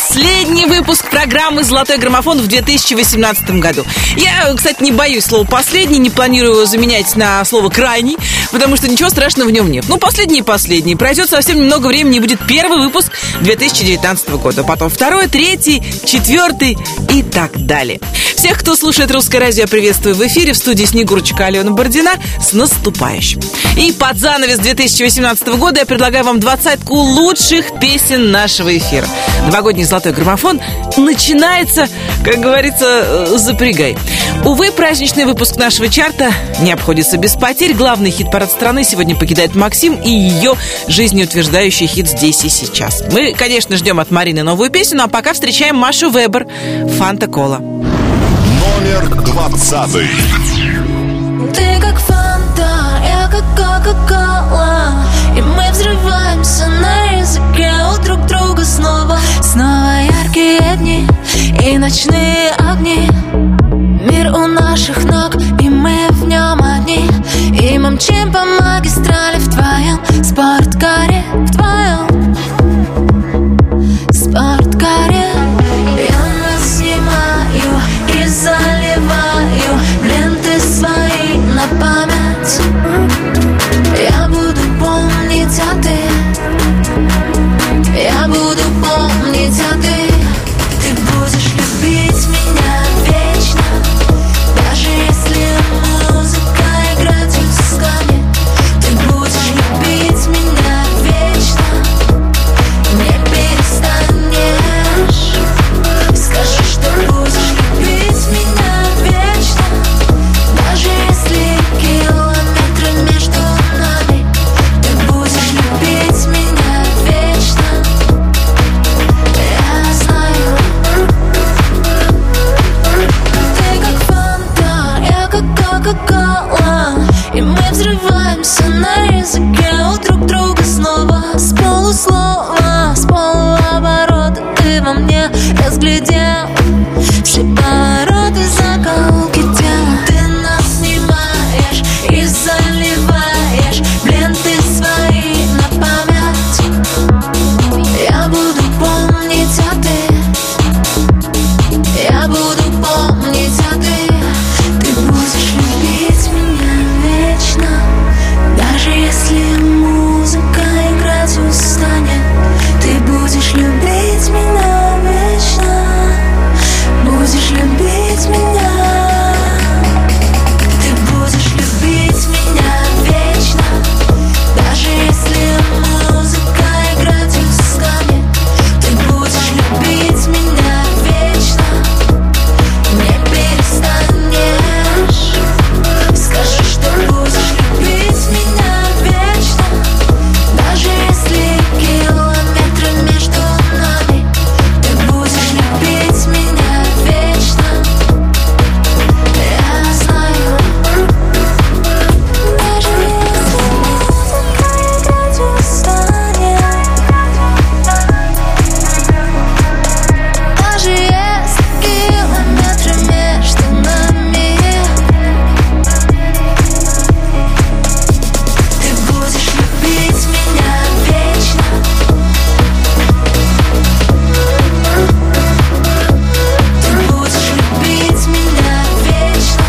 Последний выпуск программы «Золотой граммофон» в 2018 году. Я, кстати, не боюсь слова «последний», не планирую его заменять на слово «крайний», потому что ничего страшного в нем нет. Ну, последний и последний. Пройдет совсем немного времени, и будет первый выпуск 2019 года. Потом второй, третий, четвертый и так далее. Всех, кто слушает «Русское радио», я приветствую в эфире. В студии Снегурочка Алена Бородина. С наступающим. И под занавес 2018 года я предлагаю вам 20-ку лучших песен нашего эфира. Новогодний «Золотой граммофон» начинается, как говорится, запрягай. Увы, праздничный выпуск нашего чарта не обходится без потерь. Главный хит-парад страны сегодня покидает Максим и ее жизнеутверждающий хит «Здесь и сейчас». Мы, конечно, ждем от Марины новую песню, а пока встречаем Машу Вебер «Фанта Кола». Номер 20. Ты как фанта, я как кока-кола, и мы взрываемся на языке у друг друга снова. Снова яркие дни и ночные огни. Мир у наших ног, и мы в нем одни. И мы мчим по магистрали в твоем спорткаре, в твоем спорткаре. Я нас снимаю и заливаю ленты свои на память. Я буду помнить, а ты, я буду помнить, а ты будешь любить меня вечно. Даже если музыка играть устали, ты будешь любить меня вечно. Не перестанешь. Скажи, что будешь любить меня вечно. Даже если километры между нами, ты будешь любить меня вечно. Я знаю. Ты как фанта, я как кока-кола, и мы взрываемся на языке у друг друга снова. С полуслова, с полуоборота ты во мне разглядел все повороты, закоулки тела. Ты нас снимаешь и заливаешь ленты свои на память. Я буду помнить, а ты, я буду помнить, а ты будешь любить меня вечно. Даже если музыка играть устанет, ты будешь любить меня вечно. Будешь любить меня. Ты будешь любить меня вечно. Даже если музыка играть устанет, ты будешь любить меня вечно. Не перестанешь. Скажи, что будешь любить меня вечно. Даже если километры между нами, ты будешь любить меня вечно. Я знаю. Даже если музыка играть устанет, даже если километры между нами, ты будешь любить меня вечно. Ты будешь любить меня вечно.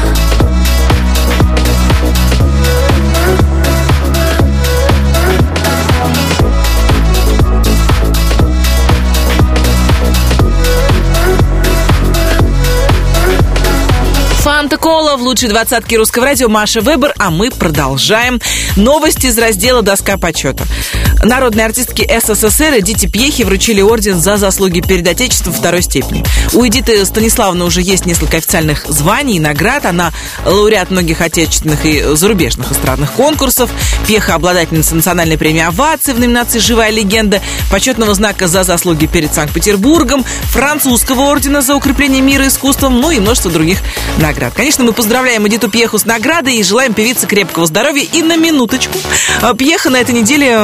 Фанта Кола в лучшей двадцатке русского радио. Маша Вебер, а мы продолжаем. Новости из раздела «Доска почета». Народные артистки СССР Эдите Пьехе вручили орден за заслуги перед Отечеством второй степени. У Эдиты Станиславовны уже есть несколько официальных званий и наград. Она лауреат многих отечественных и зарубежных эстрадных конкурсов. Пьеха обладательница национальной премии «Овации» в номинации «Живая легенда», почетного знака за заслуги перед Санкт-Петербургом, французского ордена за укрепление мира искусством, ну и множество других наград. Конечно, мы поздравляем Эдиту Пьеху с наградой и желаем певице крепкого здоровья. И на минуточку, Пьеха на этой неделе дала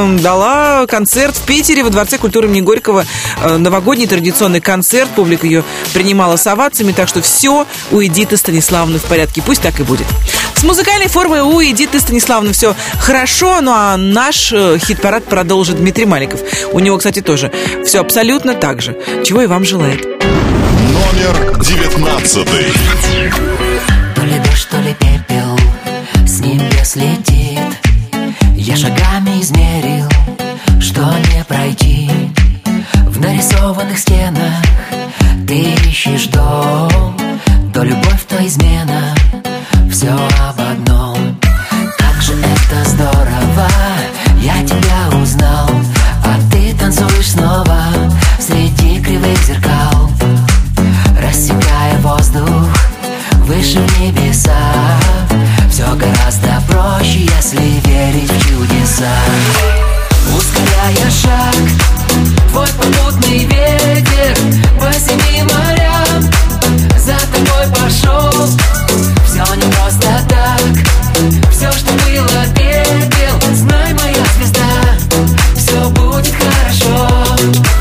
дала концерт в Питере во Дворце культуры имени Горького. Новогодний традиционный концерт. Публика ее принимала с овациями, так что все у Эдиты Станиславовны в порядке. Пусть так и будет. С музыкальной формой у Эдиты Станиславовны все хорошо, ну а наш хит-парад продолжит Дмитрий Маликов. У него, кстати, тоже все абсолютно так же. Чего и вам желает. Номер 19. То ли дождь, то ли пепел с небес летит. Я шагами измерил, что не пройти. В нарисованных стенах ты ищешь дом. То любовь, то измена, все об одном. Как же это здорово, я тебя узнал. А ты танцуешь снова среди кривых зеркал, рассекая воздух выше в небеса. Все гораздо проще, если верить в чудеса. Ускоряя шаг, твой попутный ветер по семи морям за тобой пошел. Все не просто так, все, что было пепел. Знай, моя звезда, все будет хорошо.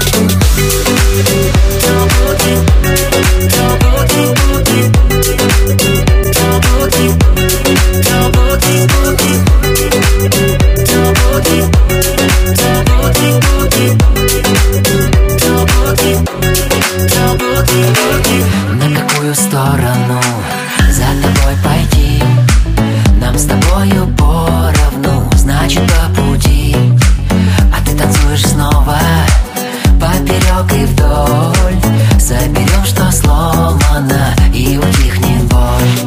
На какую сторону за тобой пойти? Нам с тобою поровну, значит по пути. А ты танцуешь снова поперек и вдоль. Соберем, что сломано, и утихнет боль.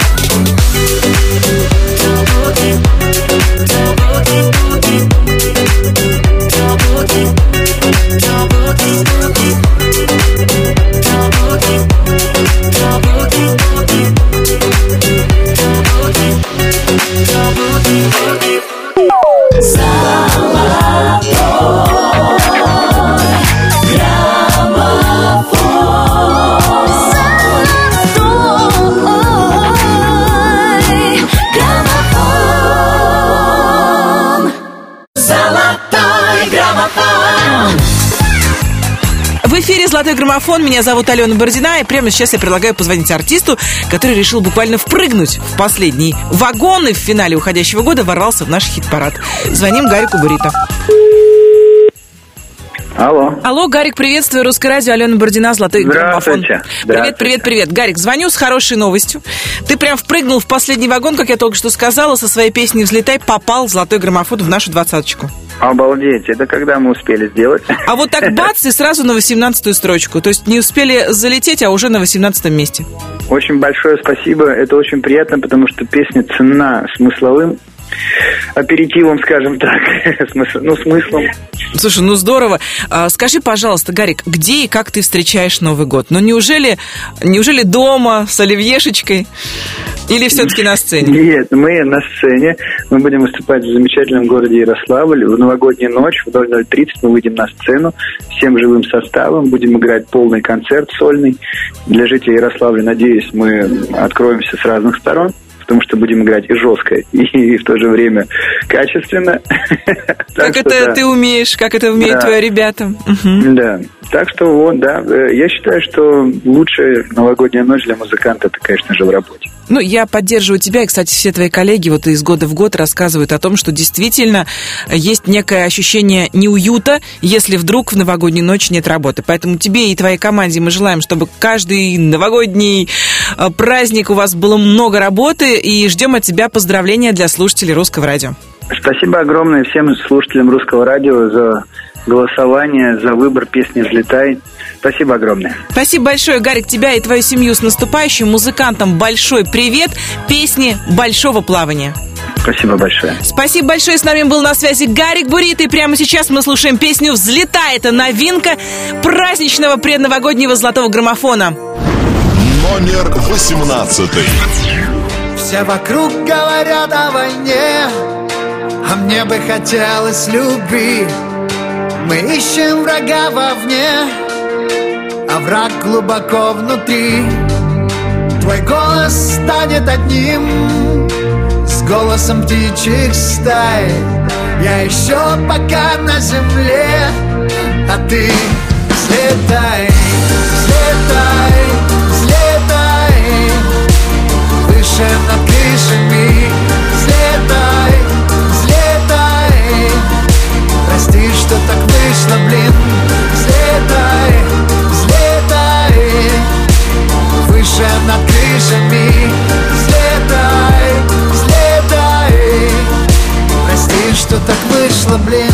В эфире «Золотой граммофон». Меня зовут Алена Бородина. И прямо сейчас я предлагаю позвонить артисту, который решил буквально впрыгнуть в последний вагон и в финале уходящего года ворвался в наш хит-парад. Звоним Гарику Бурито. Алло. Алло, Гарик, приветствую. Русское радио, Алена Бородина, «Золотой граммофон». Привет. Гарик, звоню с хорошей новостью. Ты прям впрыгнул в последний вагон, как я только что сказала, со своей песней «Взлетай», попал в «Золотой граммофон» в нашу двадцаточку. Обалдеть, это когда мы успели сделать? А вот так бац, и сразу на 18-ю строчку. То есть не успели залететь, а уже на 18-м месте. Очень большое спасибо, это очень приятно, потому что песня ценна смысловым аперитивом, скажем так, смыслом. Слушай, здорово. Скажи, пожалуйста, Гарик, где и как ты встречаешь Новый год? Неужели дома с оливьешечкой или все-таки на сцене? Нет, мы на сцене. Мы будем выступать в замечательном городе Ярославль. В новогоднюю ночь в 00:30 мы выйдем на сцену всем живым составом. Будем играть полный концерт сольный. Для жителей Ярославля, надеюсь, мы откроемся с разных сторон, потому что будем играть и жестко, и в то же время качественно. Как это ты умеешь, как это умеют твои ребята. Да, так что я считаю, что лучшая новогодняя ночь для музыканта, это, конечно же, в работе. Я поддерживаю тебя, и, кстати, все твои коллеги из года в год рассказывают о том, что действительно есть некое ощущение неуюта, если вдруг в новогоднюю ночь нет работы. Поэтому тебе и твоей команде мы желаем, чтобы каждый новогодний праздник у вас было много работы, и ждем от тебя поздравления для слушателей Русского радио. Спасибо огромное всем слушателям Русского радио за голосование, за выбор песни «Взлетай». Спасибо огромное. Спасибо большое, Гарик, тебя и твою семью с наступающим. Музыкантам большой привет. Песни большого плавания. Спасибо большое. Спасибо большое. С нами был на связи Гарик Бурито. И прямо сейчас мы слушаем песню «Взлетай». Это новинка праздничного предновогоднего «Золотого граммофона». Номер 18. Все вокруг говорят о войне, а мне бы хотелось любви. Мы ищем врага вовне, а враг глубоко внутри. Твой голос станет одним с голосом птичьих стай. Я еще пока на земле, а ты взлетай, взлетай, взлетай выше над крышами. Взлетай, взлетай, прости, что так вышло, блин. Взлетай, взлетай выше над крышами. Взлетай, взлетай, прости, что так вышло, блин.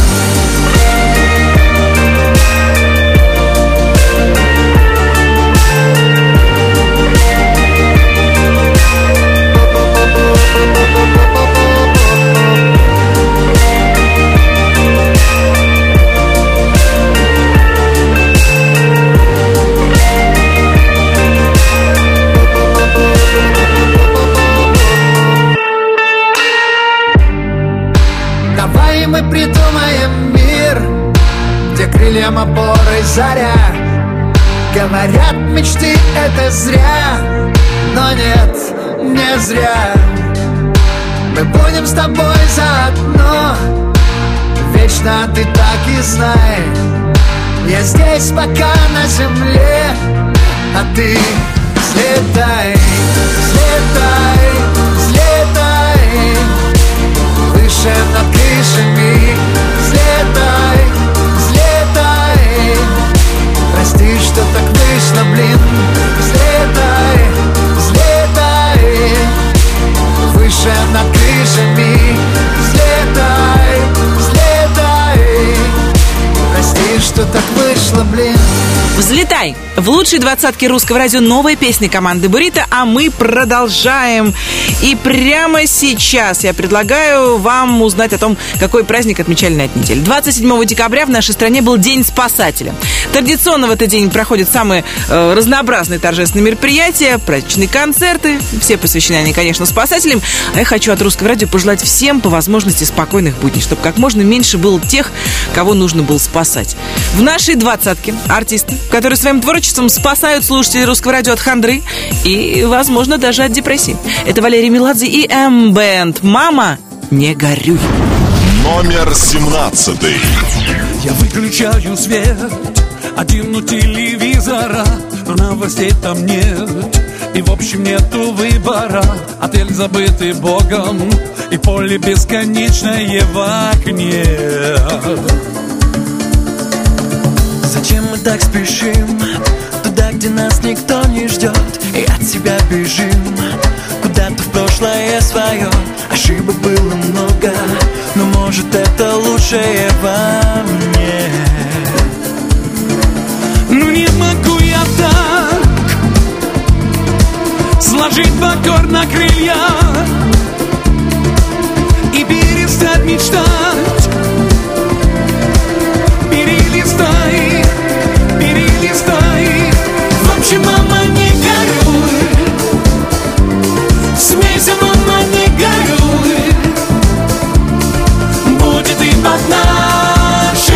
Мы придумаем мир, где крыльям опорой заря. Говорят, мечты это зря, но нет, не зря. Мы будем с тобой заодно, вечно ты так и знай. Я здесь пока на земле, а ты взлетай, взлетай, взлетай выше над крышами. Взлетай, взлетай, прости, что так вышло, блин. Взлетай, взлетай выше над крышами. Взлетай, взлетай, прости, что так вышло, блин. Взлетай! В лучшей двадцатке русского радио новая песня команды Бурито, а мы продолжаем. И прямо сейчас я предлагаю вам узнать о том, какой праздник отмечали на этой неделе. 27 декабря в нашей стране был День спасателя. Традиционно в этот день проходят самые разнообразные торжественные мероприятия, праздничные концерты. Все посвящены они, конечно, спасателям. А я хочу от русского радио пожелать всем по возможности спокойных будней, чтобы как можно меньше было тех, кого нужно было спасать. В нашей двадцатке артисты, которые своим творчеством спасают слушателей русского радио от хандры и, возможно, даже от депрессии. Это Валерий Меладзе и М-бенд. «Мама, не горюй». Номер 17. Я выключаю свет, один у телевизора, но новостей там нет. И в общем нету выбора. Отель забытый Богом и поле бесконечное в окне. Зачем мы так спешим туда, где нас никто не ждет, и от себя бежим куда-то в прошлое свое? Ошибок было много, но может это лучшее во мне. Ну не могу я так сложить покорно крылья и перестать мечтать. Перелистай, перелистай. В общем, мама, не горюй. Смейся, мама, не горюй. Будет и под нашим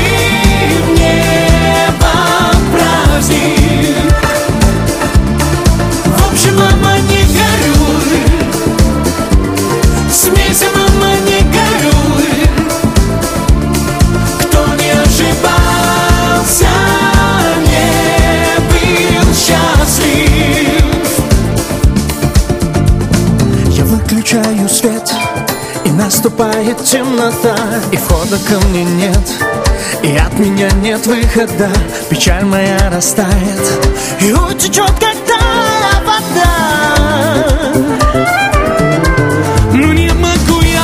небом праздник. В общем, мама, не горюй. Смейся, мама, не горюй. Кто не ошибался, не был счастлив. Я выключаю свет, и наступает темнота, и входа ко мне нет, и от меня нет выхода. Печаль моя растает, и утечет, когда вода. Ну не могу я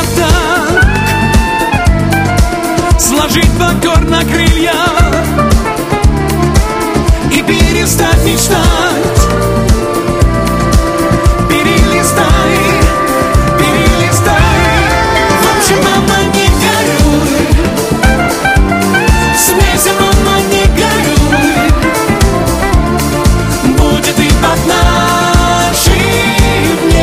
так сложить покорно крылья и перестать мечтать. Перелистай, перелистай. В общем, мама, не горюй. Смейся, мама, не горюй. Будет и под нашим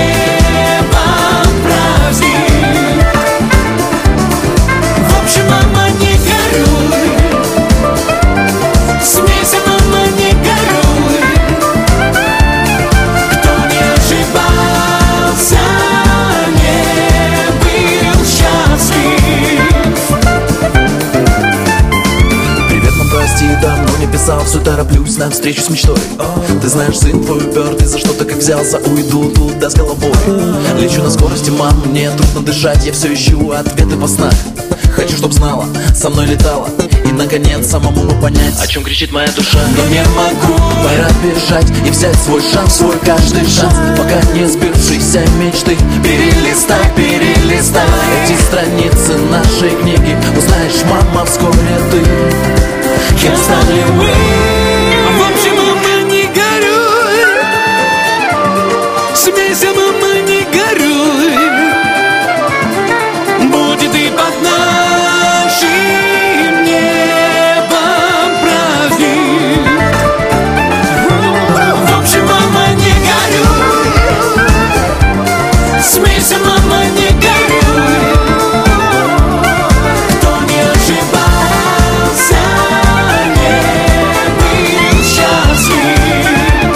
Все тороплюсь на встречу с мечтой. Ты знаешь, сын твой упертый, за что-то как взялся, уйду туда с головой. Лечу на скорости, мам, мне трудно дышать, я все ищу ответы во снах. Хочу, чтоб знала, со мной летала, и наконец самому бы понять, о чем кричит моя душа. Но не могу, пора бежать и взять свой шанс, свой каждый шанс, пока не сбившиеся мечты. Перелистай, перелистай эти страницы нашей книги. Узнаешь, мама, вскоре ты, кем стали мы. В общем, мама, не горюй, смейся, мама, не горюй, будет и под нашим небом праздник. В общем, мама, не горюй, смейся, мама, не горюй. Кто не ошибался, не был счастлив.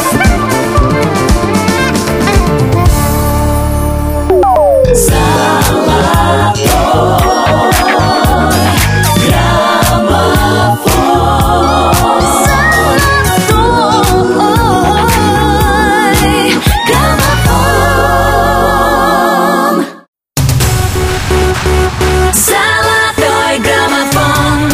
Золотой граммофон.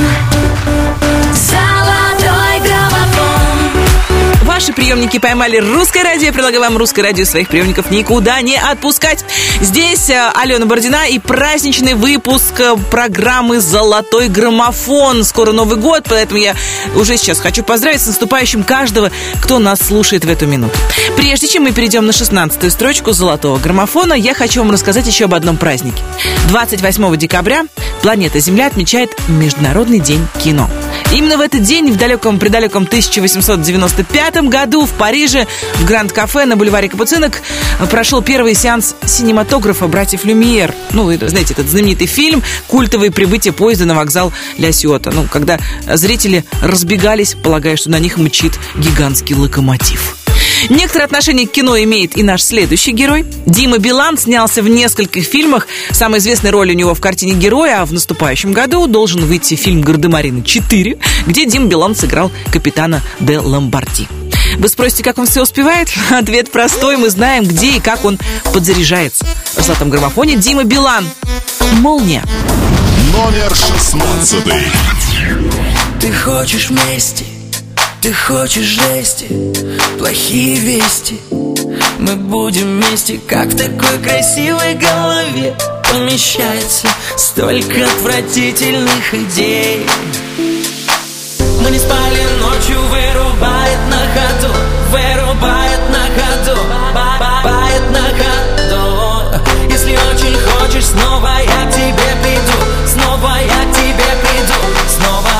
Золотой граммофон. Ваши приемники поймали русское радио. Я предлагаю вам русское радио своих приемников никуда не отпускать. Здесь Алена Бородина и праздничный выпуск программы «Золотой граммофон». Скоро Новый год, поэтому я уже сейчас хочу поздравить с наступающим каждого, кто нас слушает в эту минуту. Прежде чем мы перейдем на 16-ю строчку «Золотого граммофона», я хочу вам рассказать еще об одном празднике. 28 декабря планета Земля отмечает Международный день кино. Именно в этот день, в предалеком 1895 году в Париже, в Гранд-кафе на бульваре Капуцинок прошел первый сеанс синематографа братьев Люмьер. Ну, вы знаете, этот знаменитый фильм «Культовое прибытие поезда на вокзал Ля Сьота». Ну, когда зрители разбегались, полагая, что на них мчит гигантский локомотив. Некоторое отношение к кино имеет и наш следующий герой. Дима Билан снялся в нескольких фильмах. Самая известная роль у него в картине «Герой», а в наступающем году должен выйти фильм «Гардемарины 4», где Дима Билан сыграл капитана де Ломбарди. Вы спросите, как он все успевает? Ответ простой. Мы знаем, где и как он подзаряжается. В «Золотом граммофоне» Дима Билан. «Молния». Номер 16. Ты хочешь мести, ты хочешь жести, плохие вести. Мы будем вместе, как в такой красивой голове помещается столько отвратительных идей. Мы не спали ночью, вырубает на ходу, вырубает на ходу, бает на ходу. Если очень хочешь, снова я к тебе приду, снова я к тебе приду, снова.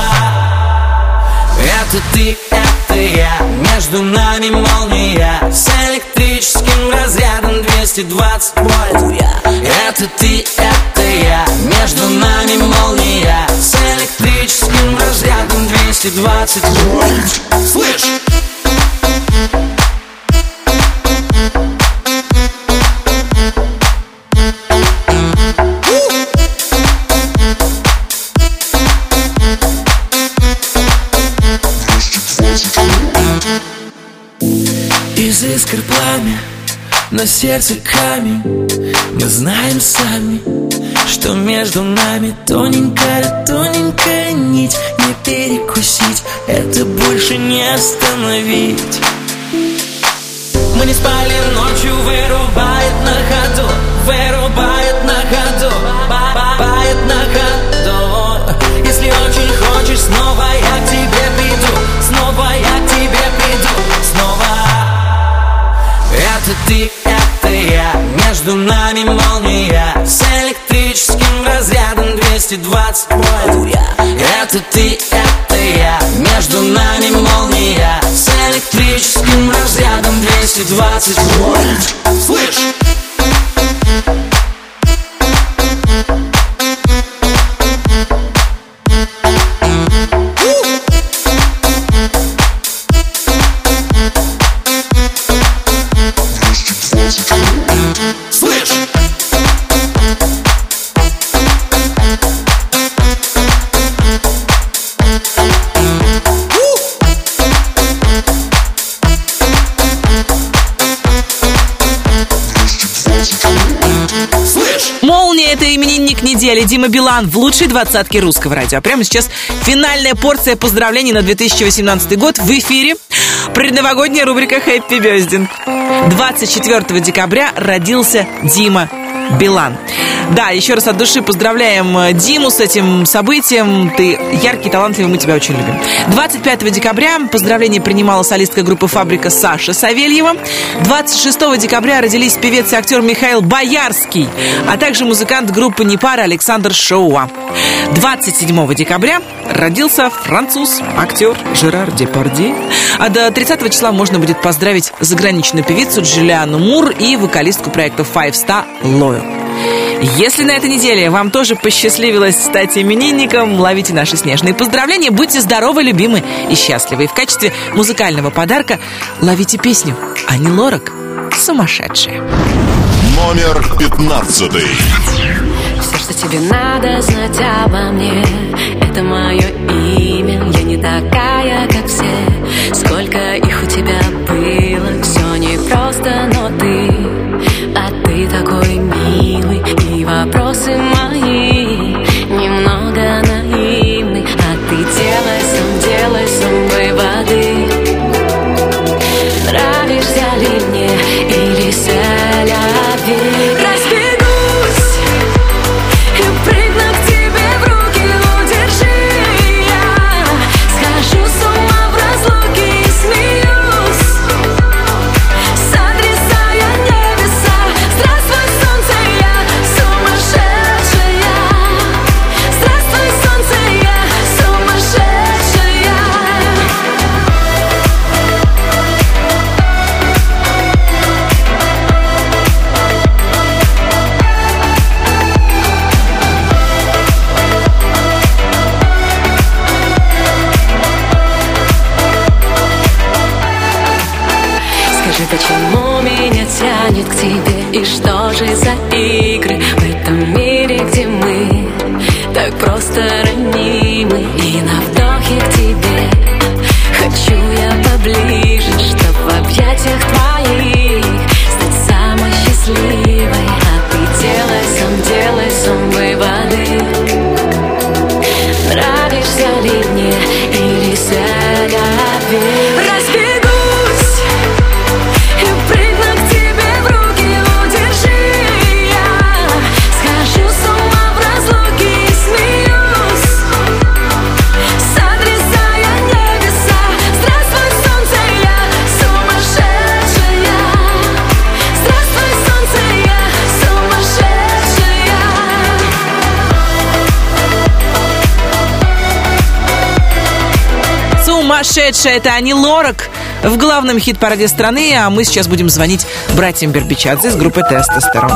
Это ты, это я, между нами молния, с электрическим разрядом 220 вольт. Это ты, это я, между нами молния, с электрическим разрядом 220 вольт. Слышь! Из искр пламя, на сердце камень. Мы знаем сами, что между нами тоненькая, тоненькая нить. Не перекусить, это больше не остановить. Мы не спали ночью, вырубает на ходу, вырубает на ходу, бает на ходу. Если очень хочешь, снова я к тебе приду, снова я к тебе приду, снова. Это ты, это я, между нами молния, с электрическим разрядом 220 вольт. Это ты, это я, между нами молния, с электрическим разрядом 220 вольт. Слышь! Слышь! Молния — это именинник недели. Дима Билан в лучшей двадцатке русского радио. А прямо сейчас финальная порция поздравлений на 2018 год в эфире. Предновогодняя рубрика «Happy Birthday». 24 декабря родился Дима Билан. Да, еще раз от души поздравляем Диму с этим событием. Ты яркий, талантливый, мы тебя очень любим. 25 декабря поздравления принимала солистка группы «Фабрика» Саша Савельева. 26 декабря родились певец и актер Михаил Боярский, а также музыкант группы «Непара» Александр Шоуа. 27 декабря родился француз, актер Жерар Депардье. А до 30 числа можно будет поздравить заграничную певицу Джулиану Мур и вокалистку проекта Five Star Лою. Если на этой неделе вам тоже посчастливилось стать именинником, ловите наши снежные поздравления, будьте здоровы, любимы и счастливы. И в качестве музыкального подарка ловите песню Ани Лорак «Сумасшедшая». Номер 15. Все, что тебе надо знать обо мне, это мое имя. Я не такая, как все. Сколько их у тебя было, все непросто, но ты такой милый. И вопросы мои немного наивны. А ты делай сам выводы. Нравишься ли мне или селяви? Почему меня тянет к тебе? И что же за игры в этом мире, где мы так просто ранимы? И на вдохе к тебе хочу я поближе, чтоб в объятиях твоих стать самой счастливой. А ты делай сам выводы. Нравишься ли мне или селяви? Сумасшедшая — это Ани Лорак в главном хит-параде страны. А мы сейчас будем звонить братьям Бербичадзе из группы «Тестостерон».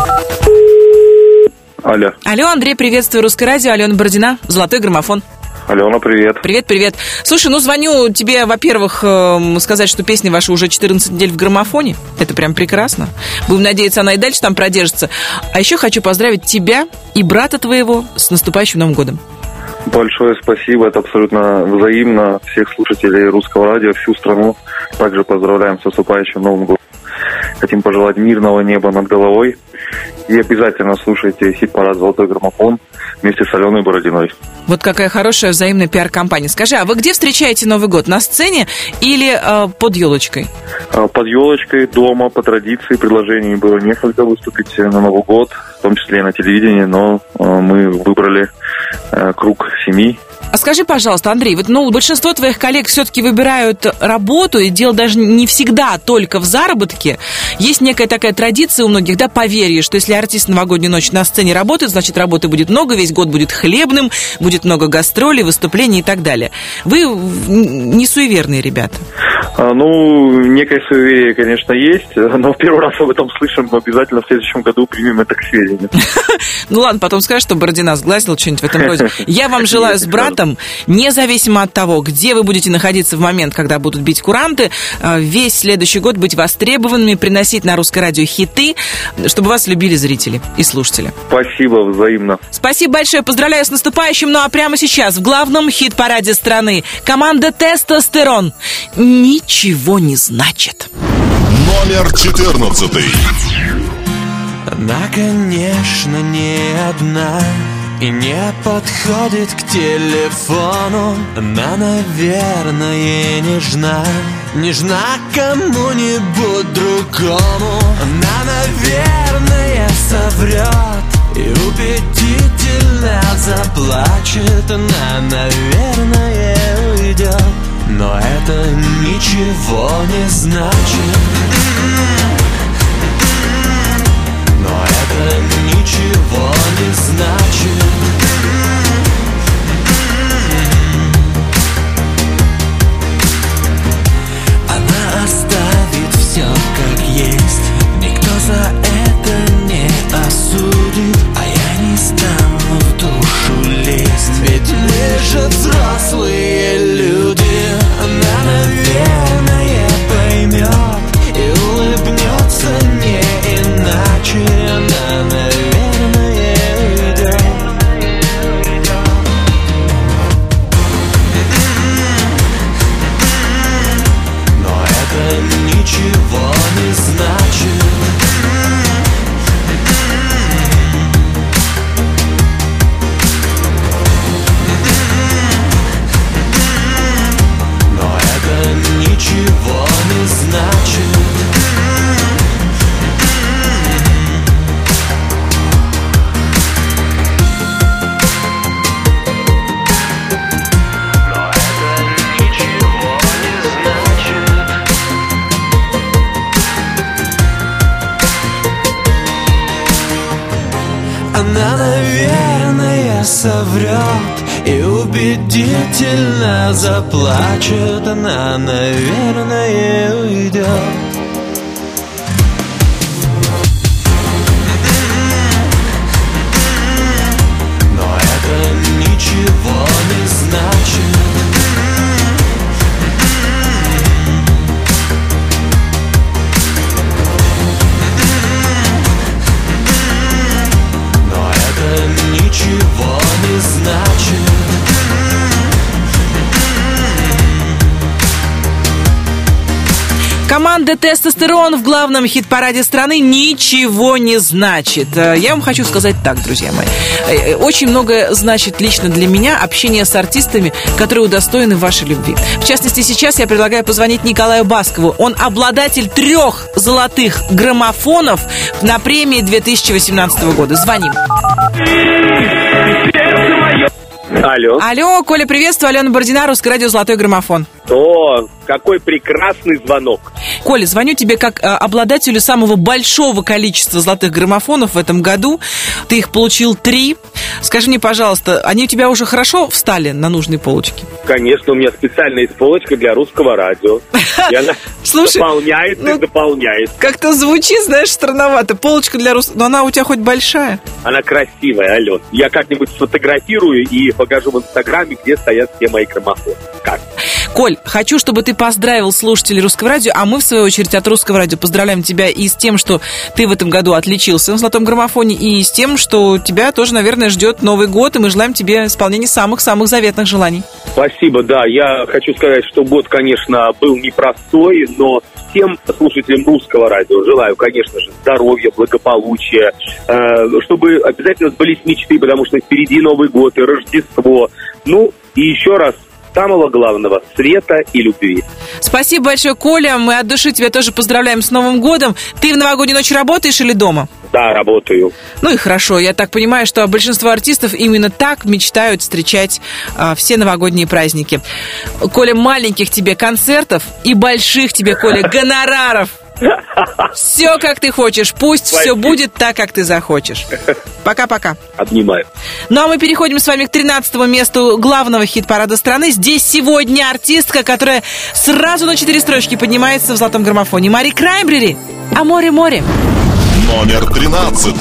Алло. Алло, Андрей, приветствую, Русское радио. Алена Бородина, «Золотой граммофон». Алена, привет. Привет. Слушай, звоню тебе, во-первых, сказать, что песня ваша уже 14 недель в граммофоне. Это прям прекрасно. Будем надеяться, она и дальше там продержится. А еще хочу поздравить тебя и брата твоего с наступающим Новым годом. Большое спасибо, это абсолютно взаимно. Всех слушателей Русского радио, всю страну также поздравляем с наступающим Новым годом. Хотим пожелать мирного неба над головой. И обязательно слушайте хит-парад «Золотой граммофон» вместе с Аленой Бородиной. Вот какая хорошая взаимная пиар-компания. Скажи, а вы где встречаете Новый год? На сцене или под елочкой? Под елочкой, дома, по традиции. Предложений было несколько выступить на Новый год, в том числе и на телевидении, но мы выбрали круг семьи. А скажи, пожалуйста, Андрей, большинство твоих коллег все-таки выбирают работу, и дело даже не всегда только в заработке. Есть некая такая традиция у многих, поверье, что если артист новогоднюю ночь на сцене работает, значит, работы будет много, весь год будет хлебным, будет много гастролей, выступлений и так далее. Вы не суеверные ребята. Некое суеверие, конечно, есть, но в первый раз об этом слышим, но обязательно в следующем году примем это к сведению. Ладно, потом скажешь, что Бородина сглазил, что-нибудь в этом роде. Я вам желаю с братом, независимо от того, где вы будете находиться в момент, когда будут бить куранты, весь следующий год быть востребованными, приносить на Русское радио хиты, чтобы вас любили зрители и слушатели. Спасибо, взаимно. Спасибо большое, поздравляю с наступающим. А прямо сейчас в главном хит-параде страны команда «Тестостерон» «Ничего не значит». Номер 14. Она, конечно, не одна и не подходит к телефону. Она, наверное, нежна, нежна кому-нибудь другому. Она, наверное, соврет и убедительно заплачет. Она, наверное, уйдет, но это ничего не значит. Но это ничего не значит. Она оставит все как есть, никто за это не осудит, а я не стану в душу лезть, ведь мы же взрослые люди. Она, наверное, поймет и улыбнется не иначе. Она, наверное, уйдет. Но это ничего не значит. Но это ничего не значит. Она, наверное, соврет и убедительно заплачет. Она, наверное, уйдет. Но это ничего не значит. Ничего не значит. Команда «Тестостерон» в главном хит-параде страны ничего не значит. Я вам хочу сказать так, друзья мои. Очень многое значит лично для меня общение с артистами, которые удостоены вашей любви. В частности, сейчас я предлагаю позвонить Николаю Баскову. Он обладатель 3 золотых граммофонов на премии 2018 года. Звоним. Алло. Алло, Коля, приветствую. Алена Бородина, Русское радио «Золотой граммофон». О, какой прекрасный звонок. Коля, звоню тебе как обладателю самого большого количества золотых граммофонов в этом году. Ты их получил 3. Скажи мне, пожалуйста, они у тебя уже хорошо встали на нужные полочки? Конечно, у меня специальная полочка для Русского радио. И она дополняется и дополняется. Как-то звучит, знаешь, странновато. Полочка для Русского... Но она у тебя хоть большая? Она красивая, Ален. Я как-нибудь сфотографирую и покажу в Инстаграме, где стоят все мои граммофоны. Как? Коль, хочу, чтобы ты поздравил слушателей Русского радио, а мы, в свою очередь, от Русского радио поздравляем тебя и с тем, что ты в этом году отличился на золотом граммофоне, и с тем, что тебя тоже, наверное, ждет Новый год, и мы желаем тебе исполнения самых-самых заветных желаний. Спасибо, да. Я хочу сказать, что год, конечно, был непростой, но всем слушателям Русского радио желаю, конечно же, здоровья, благополучия, чтобы обязательно сбылись мечты, потому что впереди Новый год и Рождество. Ну, и еще раз, самого главного – света и любви. Спасибо большое, Коля. Мы от души тебя тоже поздравляем с Новым годом. Ты в новогоднюю ночь работаешь или дома? Да, работаю. Ну и хорошо. Я так понимаю, что большинство артистов именно так мечтают встречать все новогодние праздники. Коля, маленьких тебе концертов и больших тебе, Коля, гонораров. Все, как ты хочешь. Пусть все будет так, как ты захочешь. Пока-пока. Обнимаю. Ну, а мы переходим с вами к 13-му месту главного хит-парада страны. Здесь сегодня артистка, которая сразу на 4 строчки поднимается в золотом граммофоне. Мари Краймбрери. А море-море. Номер 13.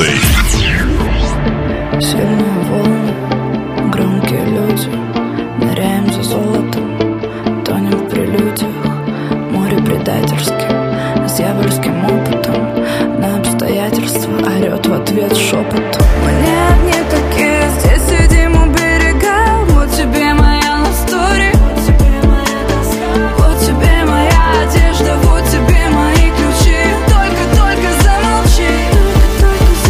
Сильные волны, громкие люди, ныряем за золотом, тонем в прелюдиях, море предательски, с дьявольским опытом, на обстоятельства орет в ответ шепотом. Мы не одни такие, здесь сидим у берега, вот тебе моя лавстори, вот тебе моя одежда, вот тебе мои ключи, только замолчи,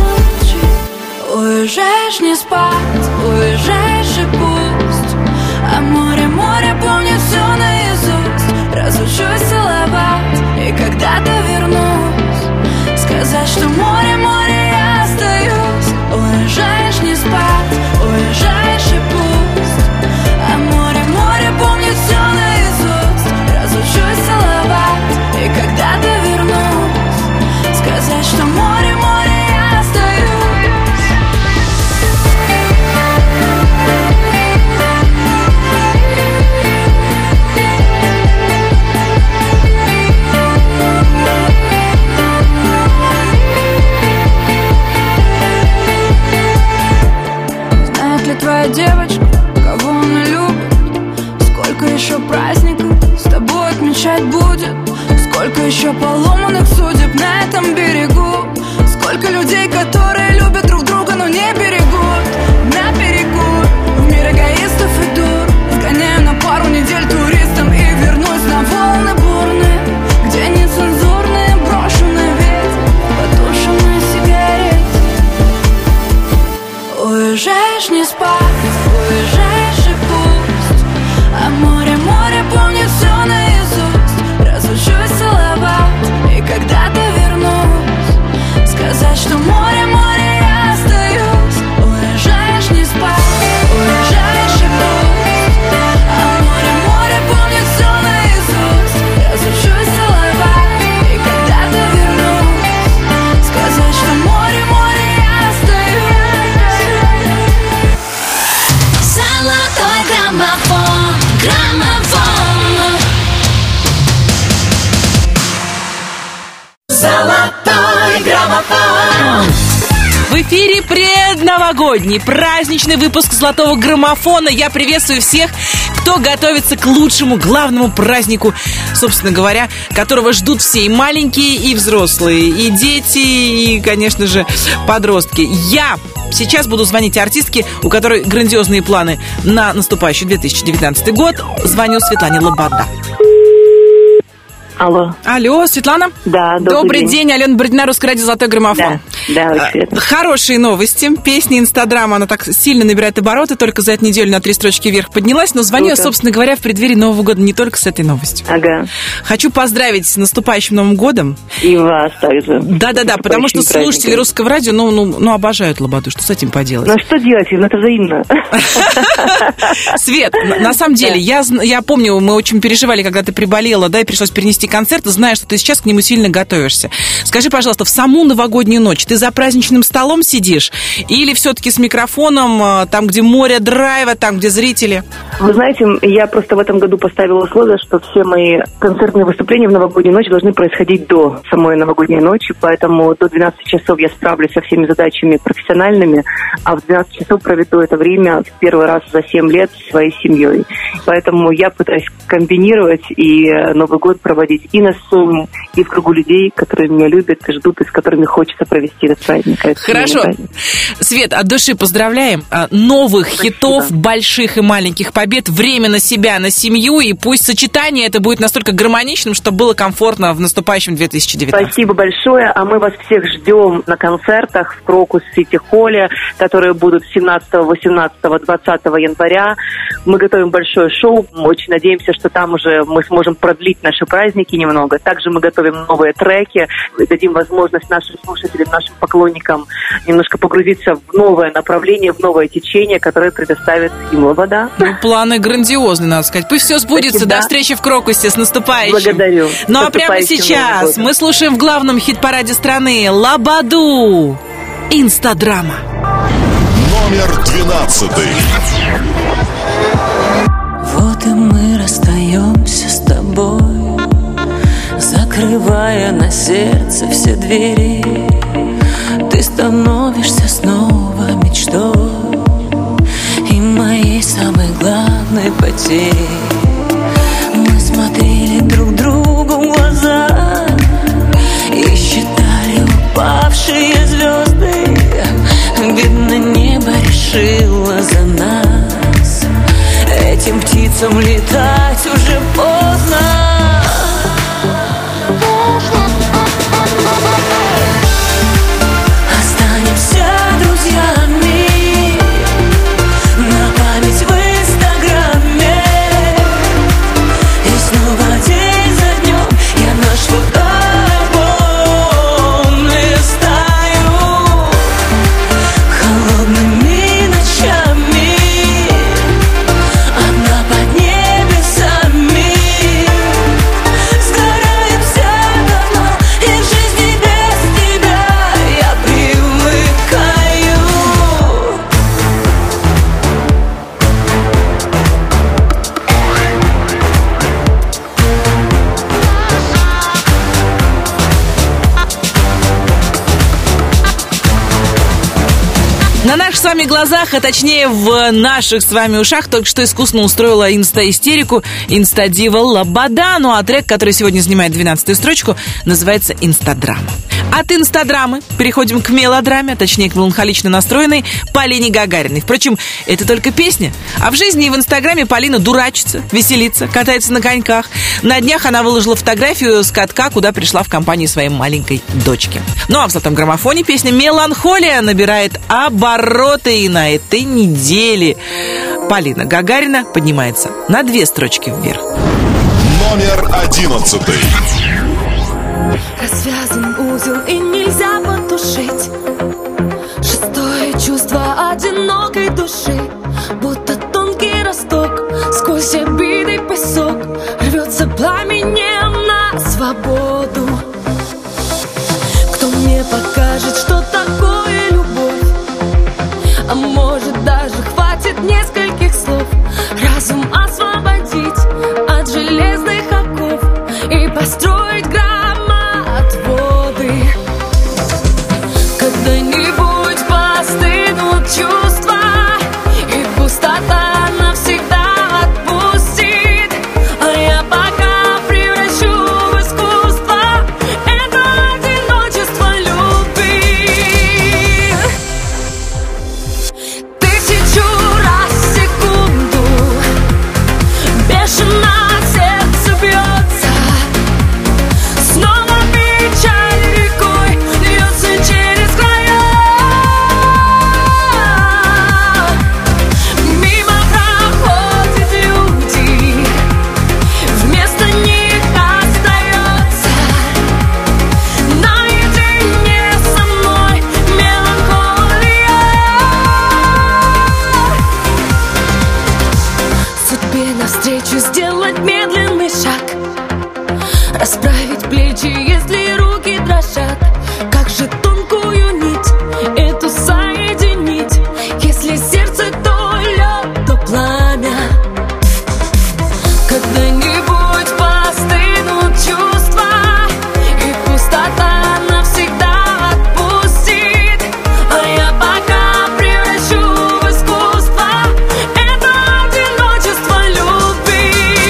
Уезжаешь не спать, уезжаешь и пусть. А море, море помнит все наизусть. Разучусь целовать и когда-то вернусь. Сказать, что море, море, я остаюсь. Уезжаешь не спать, уезжаешь и пусть. А море, море помнит все наизусть. Разучусь целовать и когда-то вернусь. Сказать, что море, море, я остаюсь. Знает ли твоя девочка, кого она любит? Сколько еще праздников с тобой отмечать будет? Сколько еще поломанных судеб на этом берегу? Сколько людей, которые любят друг друга, но не берегут? На берегу в мир эгоистов и дур. Сгоняю на пару недель туристом и вернусь на волны бурные, где нецензурные брошенные ведь потушенные сигареты. Уезжаешь не спать, уезжаешь и пусть. А море, море помнит все наизусть. Разучусь целовать и когда-то вернусь. Сказать, что море, море, я остаюсь. Уезжаешь не спать, уезжаешь и пусть. А море, море помнит все наизусть. Разучусь целовать и когда-то вернусь. Сказать, что море, море, я остаюсь. Золотой граммофон, граммофон. Золотой граммофон. В эфире предновогодний праздничный выпуск «Золотого граммофона». Я приветствую всех, кто готовится к лучшему главному празднику, собственно говоря, которого ждут все, и маленькие, и взрослые, и дети, и, конечно же, подростки. Я сейчас буду звонить артистке, у которой грандиозные планы на наступающий 2019 год. Звоню Светлане Лобода. Алло. Алло, Светлана? Да, добрый день. Алена Бородина, Русское радио «Золотой граммофон». Да, Хорошие новости. Песня Инстадрама, она так сильно набирает обороты, только за эту неделю на 3 строчки вверх поднялась. Но звоню я, собственно говоря, в преддверии Нового года не только с этой новостью. Ага. Хочу поздравить с наступающим Новым годом. И вас также. Да, потому что слушатели Русского радио, обожают Лободу. Что с этим поделать? Ну, что делать? Это взаимно. Свет, на самом деле, я помню, мы очень переживали, когда ты приболела, да, и пришлось перенести концерт, зная, что ты сейчас к нему сильно готовишься. Скажи, пожалуйста, в саму новогоднюю ночь ты за праздничным столом сидишь или все-таки с микрофоном, там, где море драйва, там, где зрители? Вы знаете, я просто в этом году поставила условие, что все мои концертные выступления в новогоднюю ночь должны происходить до самой новогодней ночи, поэтому до 12 часов я справлюсь со всеми задачами профессиональными, а в 12 часов проведу это время в первый раз за 7 лет со своей семьей. Поэтому я пытаюсь комбинировать и Новый год проводить и на сцене, и в кругу людей, которые меня любят и ждут, и с которыми хочется провести этот праздник. Хорошо. Свет, от души поздравляем. Новых хитов, больших и маленьких побед, время на себя, на семью, и пусть сочетание это будет настолько гармоничным, чтобы было комфортно в наступающем 2019. Спасибо большое, а мы вас всех ждем на концертах в Крокус Сити Холле, которые будут 17, 18, 20 января. Мы готовим большое шоу, мы очень надеемся, что там уже мы сможем продлить наши праздники немного. Также мы готовим новые треки, дадим возможность нашим слушателям, нашим поклонникам немножко погрузиться в новое направление, в новое течение, которое предоставит им Лобода. Планы грандиозные, надо сказать. Пусть все сбудется. Спасибо. До встречи в Крокусе. С наступающим. Благодарю. Ну а прямо сейчас мы слушаем в главном хит-параде страны Лободу. Инстадрама. Номер 12. Вот и мы расстаемся с тобой, закрывая на сердце все двери. Ты становишься снова мечтой и моей самой главной потерей. Мы смотрели друг другу в глаза и считали упавшие звезды. Видно, небо решило за нас. Этим птицам летать уже поздно. На наших с вами глазах, а точнее в наших с вами ушах, только что искусно устроила инста-истерику инстадива Лобода. Ну а трек, который сегодня занимает 12-ю строчку, называется «Инстадрама». От инстадрамы переходим к мелодраме, а точнее к меланхолично настроенной Полине Гагариной. Впрочем, это только песня. А в жизни и в инстаграме Полина дурачится, веселится, катается на коньках. На днях она выложила фотографию с катка, куда пришла в компании своей маленькой дочки. Ну а в золотом граммофоне песня «Меланхолия» набирает обороты, и на этой неделе Полина Гагарина поднимается на 2 строчки вверх. Номер 11. Развязан узел и нельзя потушить. Шестое чувство одинокой души, будто тонкий росток, сквозь обиды песок рвется пламенем на свободу. Кто мне покажет, что такое любовь? А может даже хватит нескольких слов, разум освободить от железных оков и построить громоотводы. Когда-нибудь постынут чувства, и пустота навсегда отпустит, а я пока превращу в искусство это одиночество любви. 1000 раз в секунду бешено сердце бьется, снова печаль рекой льется через края. Мимо проходят люди, вместо них остается наедине со мной меланхолия. Судьбе навстречу сделать медленный шаг, расправить плечи, если руки дрожат. Как же тонкую нить эту соединить, если сердце то лед, то пламя. Когда-нибудь постынут чувства, и пустота навсегда отпустит, а я пока превращу в искусство это одиночество любви.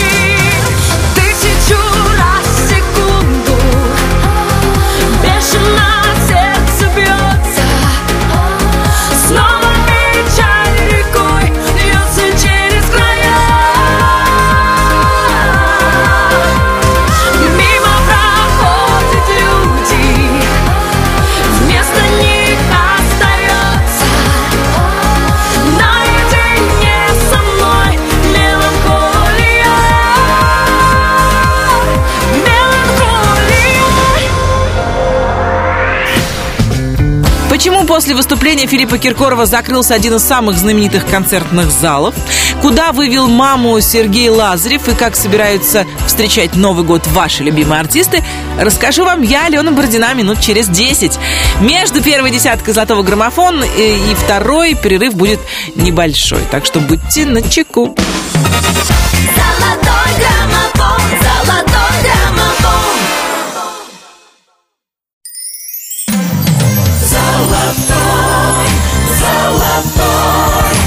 1000 раз в секунду бешено сердце бьется, снова печаль рекой льется через края. Мимо проходят люди, вместо них остается наедине со мной меланхолия. Почему после выступления Филиппа Киркорова закрылся один из самых знаменитых концертных залов? Куда вывел маму Сергей Лазарев и как собираются встречать Новый год ваши любимые артисты? Расскажу вам я, Алена Бородина, минут через 10. Между первой десяткой золотого граммофона и второй перерыв будет небольшой, так что будьте начеку. Золотой граммофон, золотой граммофон. Золотой, золотой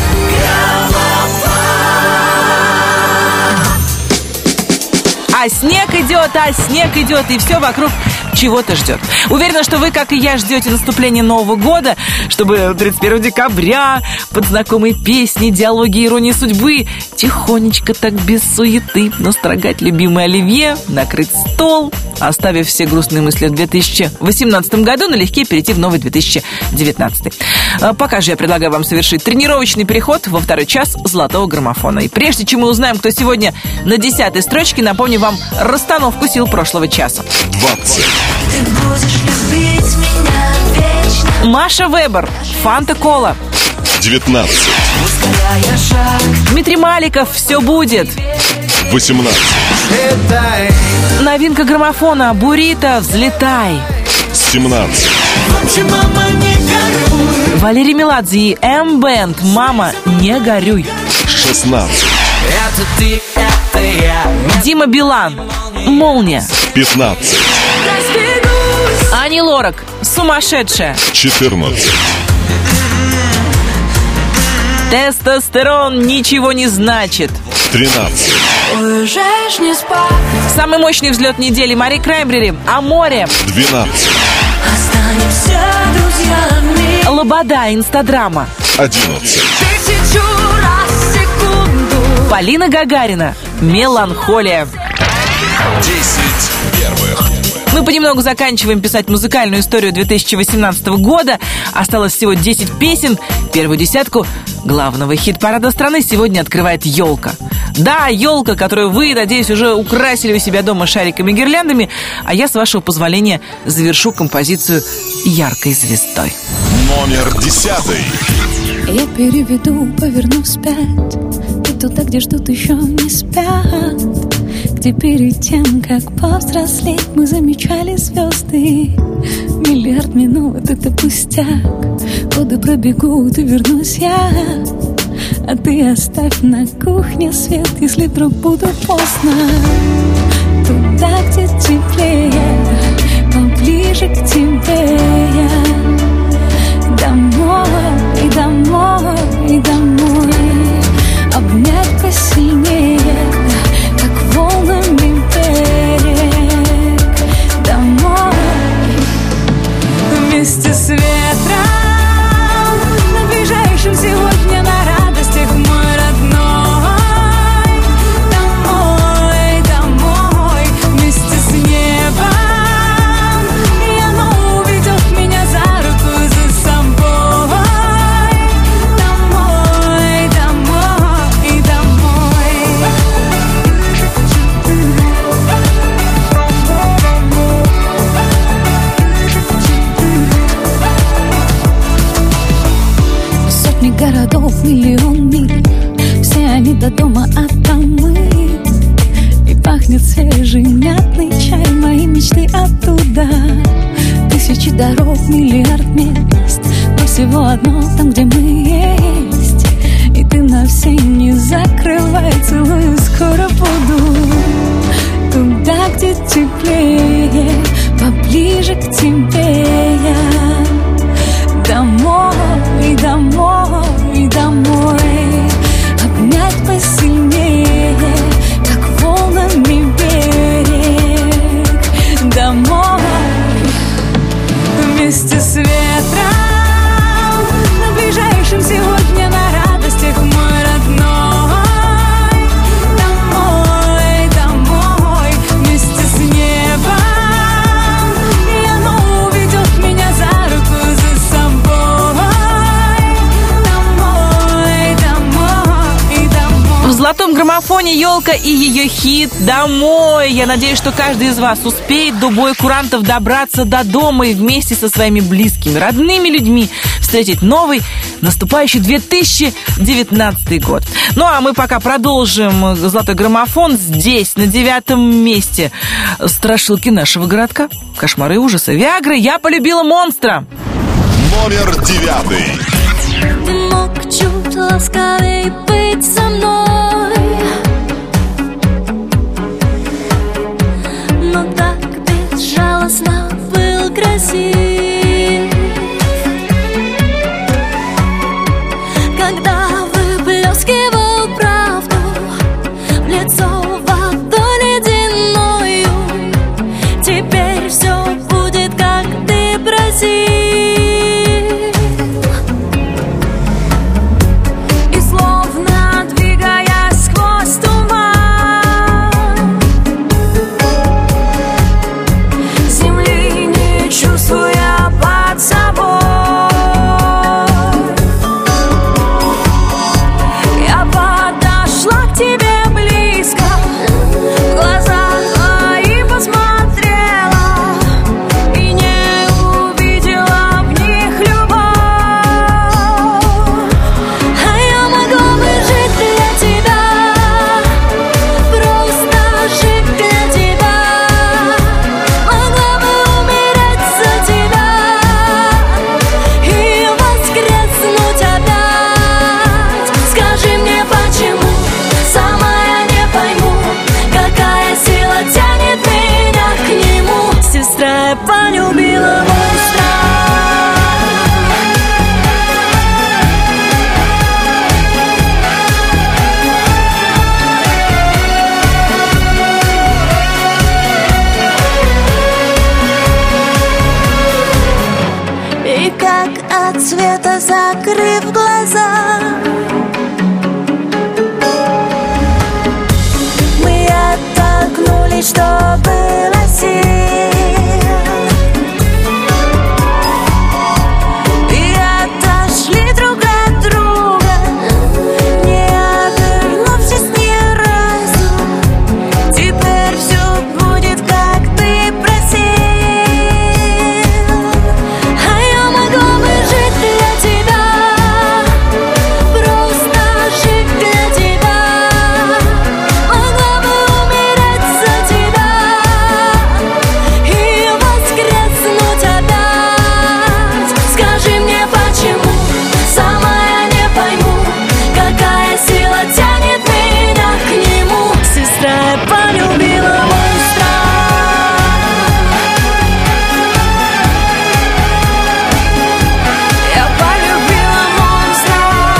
граммофон. А снег идет, и все вокруг чего-то ждет. Уверена, что вы, как и я, ждете наступления Нового года, чтобы 31 декабря под знакомые песни, диалоги, иронии судьбы тихонечко так без суеты настрогать любимое оливье, накрыть стол, оставив все грустные мысли в 2018 году, налегке перейти в новый 2019. Пока же я предлагаю вам совершить тренировочный переход во второй час золотого граммофона. И прежде чем мы узнаем, кто сегодня на 10-й строчке, напомню вам расстановку сил прошлого часа. 20. Ты будешь любить меня вечно. Маша Вебер, Фанта Кола. 19. Ускоряя шаг. Дмитрий Маликов, «Все будет». 18. Новинка граммофона, Бурито, «Взлетай». 17. Мама, не горюй. Валерий Меладзе и М-бенд, «Мама, не горюй». 16. Это ты, это я. Дима Билан, «Молния». 15. Ани Лорак, «Сумасшедшая». 14. Тестостерон ничего не значит. 13. Уезжаешь не спать. Самый мощный взлет недели Мари Краймбрери «О море». 12. Останемся друзьями. Лобода, инстадрама. 11. 1000 раз в секунду. Полина Гагарина «Меланхолия». 10 первых. Мы понемногу заканчиваем писать музыкальную историю 2018 года. Осталось всего 10 песен. Первую десятку главного хит-парада страны сегодня открывает «Елка». Да, елка, которую вы, надеюсь, уже украсили у себя дома шариками и гирляндами, а я, с вашего позволения, завершу композицию яркой звездой. Номер 10. Я переведу, поверну вспять, и туда, где ждут еще не спят, где перед тем, как повзрослеть, мы замечали звезды. Миллиард минут — это пустяк, годы пробегут и вернусь я, а ты оставь на кухне свет, если вдруг буду поздно. Туда, где теплее, поближе к тебе я. Домой, и домой, и домой. Обнять посильнее, как волнами берег. Домой, вместе с ветром, на ближайшем сегодня на радостях мой родной. Домой, домой, вместе с небом, и оно уведет меня за руку, за собой. Домой, домой и домой. Сотни городов, миллион миль, все они до дома, а там мы. И пахнет свежий мятный чай, мои мечты оттуда. Тысячи дорог, миллиард мест, но всего одно там, где мы есть. И ты на все не закрывай, целую, скоро буду. Туда, где теплее, поближе к тебе я. Домой, домой, домой. Обнять посильнее, как волнами берег. Домой, вместе с ветром, на ближайшем сегодня на радостях мой родной. Домой, домой, вместе с небом, и оно уведет меня за руку, за собой. Домой, домой и домой. В золотом граммофоне «Елка» и ее хит «Домой». Я надеюсь, что каждый из вас успеет до боя курантов добраться до дома и вместе со своими близкими, родными людьми встретить новый, наступающий 2019 год. Ну, а мы пока продолжим золотой граммофон. Здесь, на 9-м месте, страшилки нашего городка. Кошмары и ужасы. Виагра «Я полюбила монстра». Номер 9. Ты мог чуть ласковей быть со мной, но так безжалостно был красив. Когда выплескивал правду в лицо водой ледяною, теперь все будет, как ты просил. И словно двигая закрыв глаза. Мы оттолкнулись, что было сил, и отошли друг от друга, не обернувшись ни разу. Теперь все будет, как ты просил. А я могла бы жить для тебя, просто жить для тебя. Могла бы умереть за тебя и воскреснуть опять. Скажи мне, почему сама я не пойму, какая сила тянет меня к нему. Сестра, я полюбила монстра. Я полюбила монстра.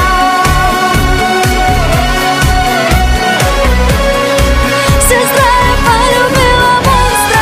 Сестра, я полюбила монстра.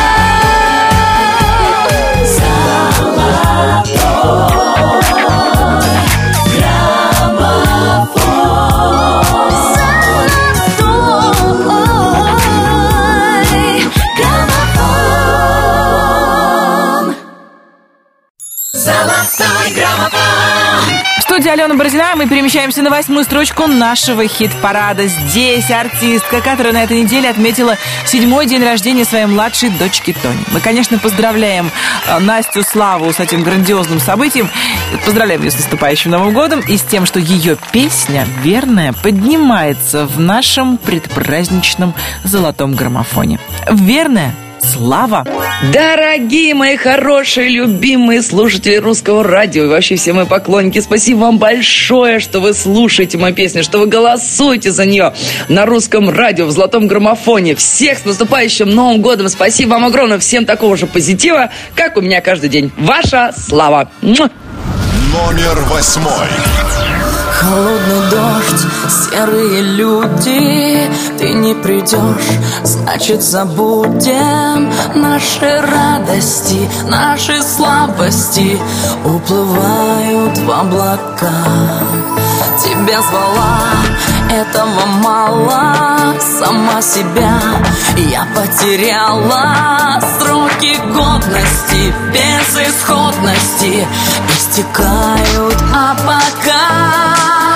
Золотой граммофон. В студии Алена Бородина мы перемещаемся на 8-ю строчку нашего хит-парада. Здесь артистка, которая на этой неделе отметила 7-й день рождения своей младшей дочки Тони. Мы, конечно, поздравляем Настю Славу с этим грандиозным событием. Поздравляем ее с наступающим Новым годом и с тем, что ее песня «Верная» поднимается в нашем предпраздничном золотом граммофоне. «Верная» Слава! Дорогие мои хорошие, любимые слушатели Русского радио и вообще все мои поклонники, спасибо вам большое, что вы слушаете мою песню, что вы голосуете за нее на Русском радио в золотом граммофоне. Всех с наступающим Новым годом! Спасибо вам огромное, всем такого же позитива, как у меня каждый день. Ваша Слава! Номер 8. Холодный дождь, серые люди, ты не придешь, значит забудем наши радости, наши слабости уплывают в облака. Тебя звала, этого мало, сама себя я потеряла. Сроки годности, безысходности истекают, а пока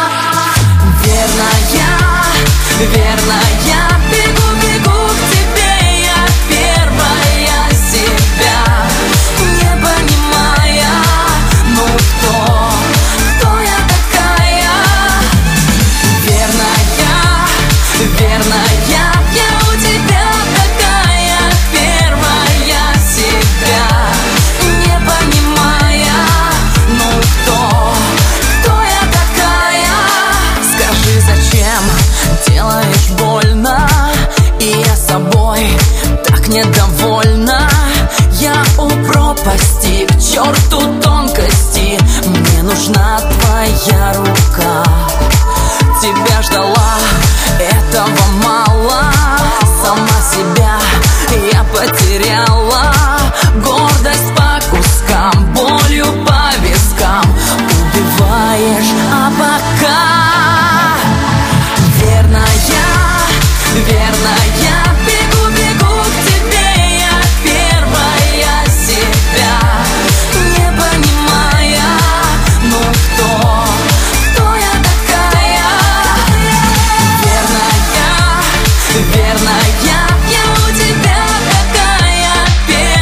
верная, бегу к тебе, я первая себя, не понимая, ну кто я такая? Верная, я у тебя такая, первая себя, не понимая, ну кто я такая? Скажи, зачем делаешь больно, и я собой так недовольна. Я у пропасти, к черту тонкости, мне нужна твоя рука. Тебя ждала, этого мало, сама себя я потеряла. Гордость по кускам, болью по вискам убиваешь, а пока верная, бегу к тебе, я первая себя, не понимая, ну кто я такая? Верная, я у тебя такая,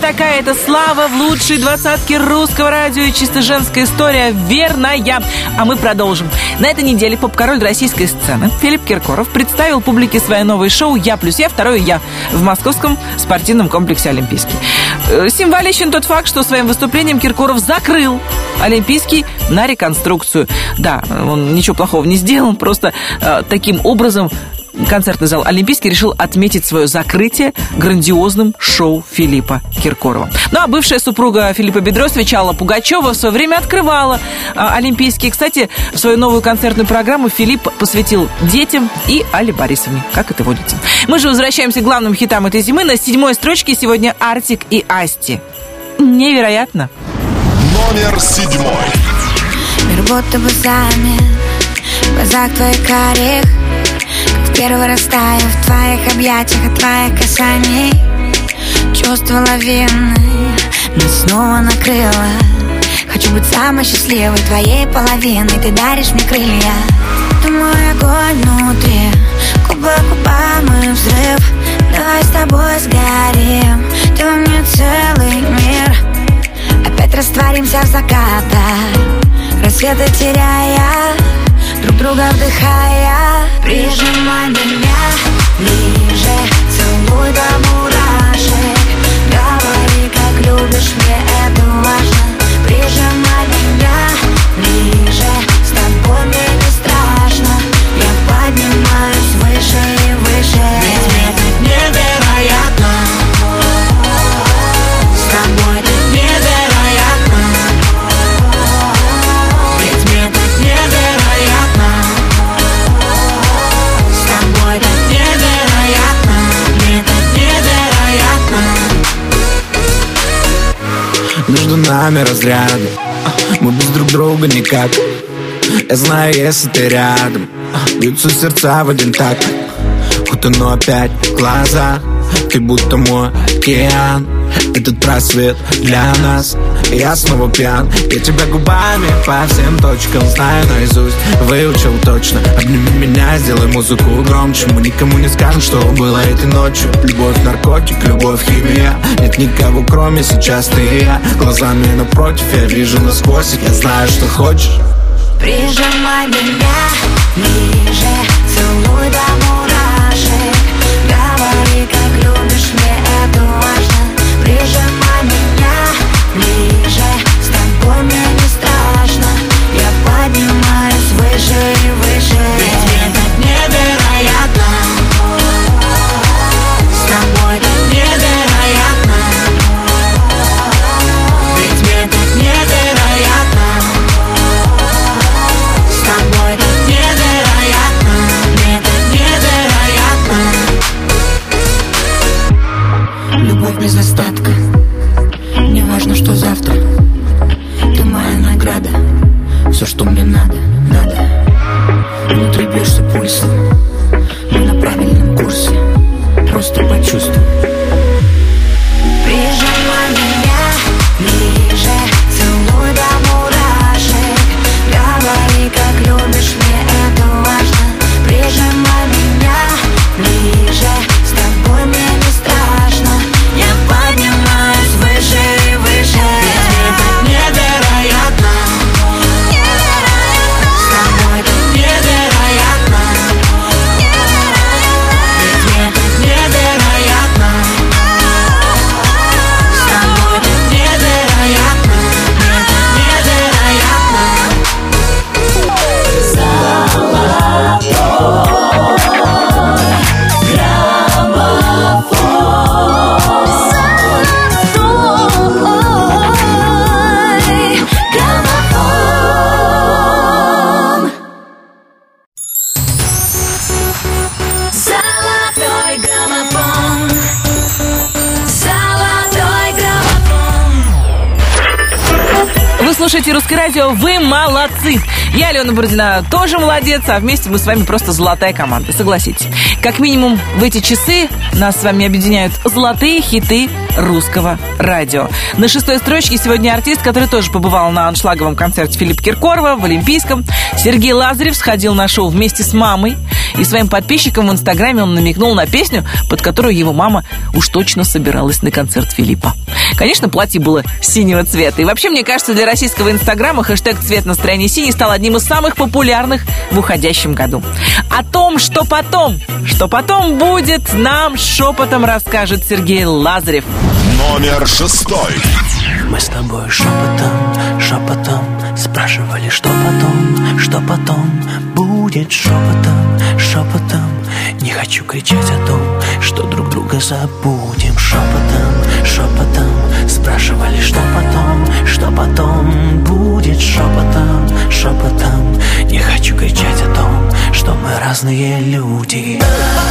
такая эта слава в лучшей двадцатке русского радио и чисто женская история верная. А мы продолжим. На этой неделе поп-король российской сцены Филипп Киркоров представил публике свое новое шоу «Я плюс я, второе я» в московском спортивном комплексе «Олимпийский». Символичен тот факт, что своим выступлением Киркоров закрыл Олимпийский на реконструкцию. Да, он ничего плохого не сделал, просто таким образом концертный зал «Олимпийский» решил отметить свое закрытие грандиозным шоу Филиппа Киркорова. Ну, а бывшая супруга Филиппа Бедросовича Алла Пугачева в свое время открывала «Олимпийский». Кстати, свою новую концертную программу Филипп посвятил детям и Алле Борисовне, как это водится. Мы же возвращаемся к главным хитам этой зимы. На 7-й строчке сегодня Артик и Асти. Невероятно. Номер 7. Мир будто бы замер в глазах твоих карих, как первый раз таю в твоих объятиях от твоих касаний. Чувство лавины нас снова накрыло. Хочу быть самой счастливой твоей половиной. Ты даришь мне крылья. Ты мой огонь внутри, губа к губам и взрыв. Давай с тобой сгорим, ты у меня целый мир. Опять растворимся в закатах, рассветы теряя, друг друга вдыхая. Прижимай меня ближе, целуй до мурашек. Говори, как любишь, мне это важно. Прижимай меня ближе, с тобой мне не страшно. Я поднимаюсь выше и выше. Ведь мне так невероятно. С тобой так невероятно. Ведь мне так невероятно. С тобой так невероятно. Мне так невероятно. Между нами разряды, мы без друг друга никак. Я знаю, если ты рядом, бьются сердца в один такт. Утону опять в глазах, ты будто мой океан. Этот просвет для нас, и я снова пьян. Я тебя губами по всем точкам знаю наизусть, выучил точно. Обними меня, сделай музыку громче. Мы никому не скажем, что было этой ночью. Любовь, наркотик, любовь, химия. Нет никого, кроме сейчас ты и я. Глазами напротив, я вижу насквозь. Я знаю, что хочешь. Прижимай меня ближе, целуй до мурашек. Говори, как любишь, мне это важно. Прижимай меня ближе, с тобой мне не страшно. Я поднимаюсь выше и выше. Ведь мне так невероятно. С тобой так невероятно. Ведь мне так невероятно. С тобой так невероятно. Мне так невероятно. Любовь без остатка. Не важно, что завтра. Ты моя награда. Все, что мне надо, надо. Внутри бьешься пульсом. Мы на правильном курсе. Просто почувствуй. Прижимай меня ближе, целуй до мурашек. Говори, как любишь, мне это важно. Прижимай меня ближе, с тобой мне не страшно. Я поднимаюсь выше и выше. Ведь мне так невероятно. С тобой так невероятно. Ведь мне так невероятно. С тобой так невероятно. Мне так невероятно. Золотой граммофон. Золотой граммофон. Вы слушаете «Русское радио», вы молодцы. Я, Алена Бородина, тоже молодец, а вместе мы с вами просто золотая команда, согласитесь. Как минимум в эти часы нас с вами объединяют золотые хиты русского радио. На 6-й строчке сегодня артист, который тоже побывал на аншлаговом концерте Филиппа Киркорова в Олимпийском. Сергей Лазарев сходил на шоу вместе с мамой И своим подписчикам в Инстаграме он намекнул на песню, под которую его мама уж точно собиралась на концерт Филиппа. Конечно, платье было синего цвета. И вообще, мне кажется, для российского Инстаграма хэштег «Цвет настроения синий» стал одним из самых популярных в уходящем году. О том, что потом будет, нам шепотом расскажет Сергей Лазарев. Номер 6. Мы с тобой шепотом спрашивали, что потом будет шепотом. Не хочу кричать о том, что друг друга забудем. Шепотом спрашивали, что потом будет шепотом. Не хочу кричать о том, что мы разные люди.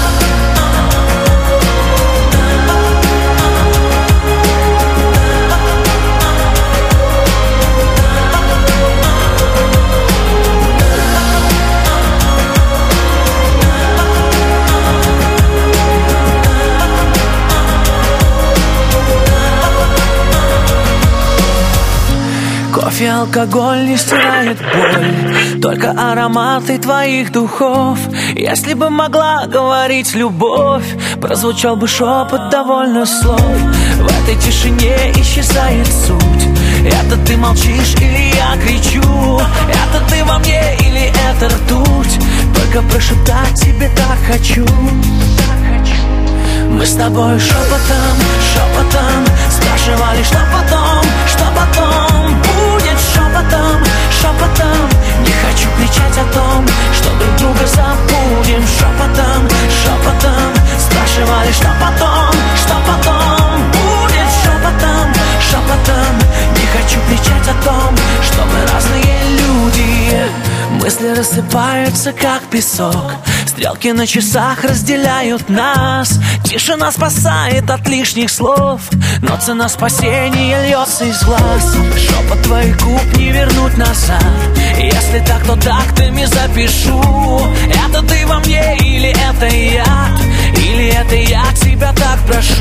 Кофе, алкоголь не стирает боль, только ароматы твоих духов. Если бы могла говорить любовь, прозвучал бы шепот довольно слов. В этой тишине исчезает суть. Это ты молчишь или я кричу? Это ты во мне или это ртуть? Только прошептать тебе так хочу. Мы с тобой шепотом спрашивали, что потом будет шепотом. Не хочу кричать о том, что друг друга забудем. Шепотом спрашивали, что потом будет шепотом. Не хочу кричать о том, что мы разные люди. Мысли рассыпаются, как песок. Стрелки на часах разделяют нас. Тишина спасает от лишних слов, но цена спасения льется из глаз. Шепот твоих губ не вернуть назад. Если так, то тактами запишу. Это ты во мне или это я? Или это я тебя так прошу?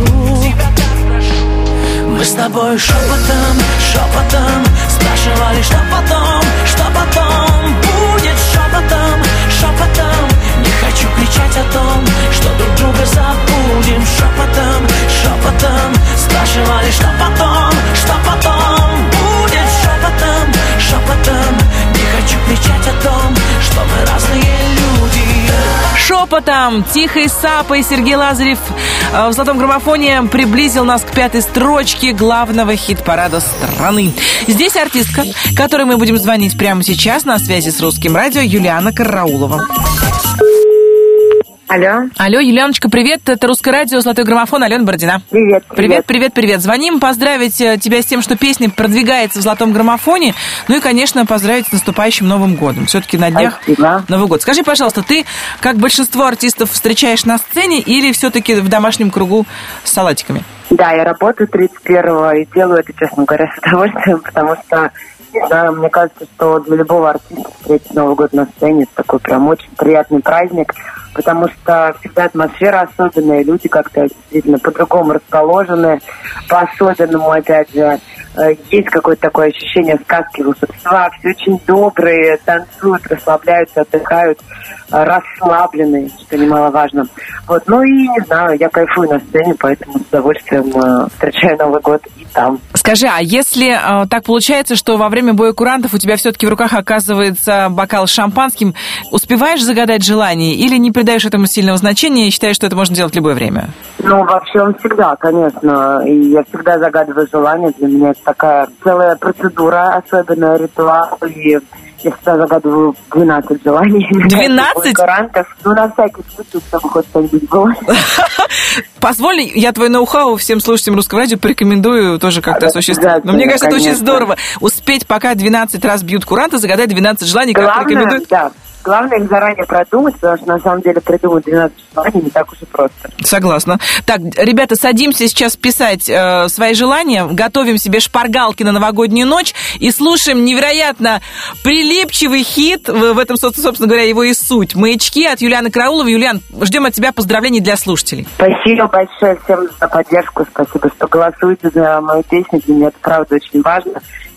Мы с тобой шепотом спрашивали, что потом будет шепотом. Не хочу кричать о том, что друг друга забудем. Шепотом спрашивали, что потом будет шепотом. Не хочу кричать о том, что мы разные люди. Шепотом, тихой сапой Сергей Лазарев в «Золотом граммофоне» приблизил нас к 5-й строчке главного хит-парада страны. Здесь артистка, которой мы будем звонить прямо сейчас, на связи с Русским радио, Юлиана Караулова. Алло, Юлианочка, привет. Это Русское радио, Золотой граммофон, Алена Бородина. Привет. Звоним поздравить тебя с тем, что песня продвигается в Золотом граммофоне. Ну и, конечно, поздравить с наступающим Новым годом. Все-таки на днях Новый год. Скажи, пожалуйста, ты, как большинство артистов, встречаешь на сцене или все-таки в домашнем кругу с салатиками? Да, я работаю 31-го и делаю это, честно говоря, с удовольствием, потому что, не знаю, мне кажется, что для любого артиста встретить Новый год на сцене — это такой прям очень приятный праздник, потому что всегда атмосфера особенная, люди как-то действительно по-другому расположены, по-особенному, опять же, есть какое-то такое ощущение сказки, волшебства, все очень добрые, танцуют, расслабляются, отдыхают, расслабленные, что немаловажно. Вот, ну и, не знаю, я кайфую на сцене, поэтому с удовольствием встречаю Новый год и там. Скажи, а если так получается, что во время боя курантов у тебя все-таки в руках оказывается бокал с шампанским, успеваешь загадать желание или не придаешь этому сильного значения и считаешь, что это можно делать в любое время? Ну, вообще он всегда, конечно, и я всегда загадываю желание, для меня это такая целая процедура, особенная ритуал, и я всегда загадываю 12 желаний. 12? Курантов. Ну, на всякий случай, чтобы хоть что-нибудь было. Позволь, я твой ноу-хау всем слушателям Русского радио порекомендую тоже как-то осуществить. Но мне кажется, это очень здорово. Успеть, пока 12 раз бьют куранты, загадать 12 желаний, как рекомендуют. Да. Главное их заранее продумать, потому что на самом деле придумать 12 желаний не так уж и просто. Согласна. Так, ребята, садимся сейчас писать свои желания, готовим себе шпаргалки на новогоднюю ночь и слушаем невероятно прилипчивый хит, в этом, собственно говоря, его и суть. «Маячки» от Юлианы Карауловой. Юлиан, ждем от тебя поздравлений для слушателей. Спасибо большое всем за поддержку, спасибо, что голосуете за мою песню, для меня это правда очень важно.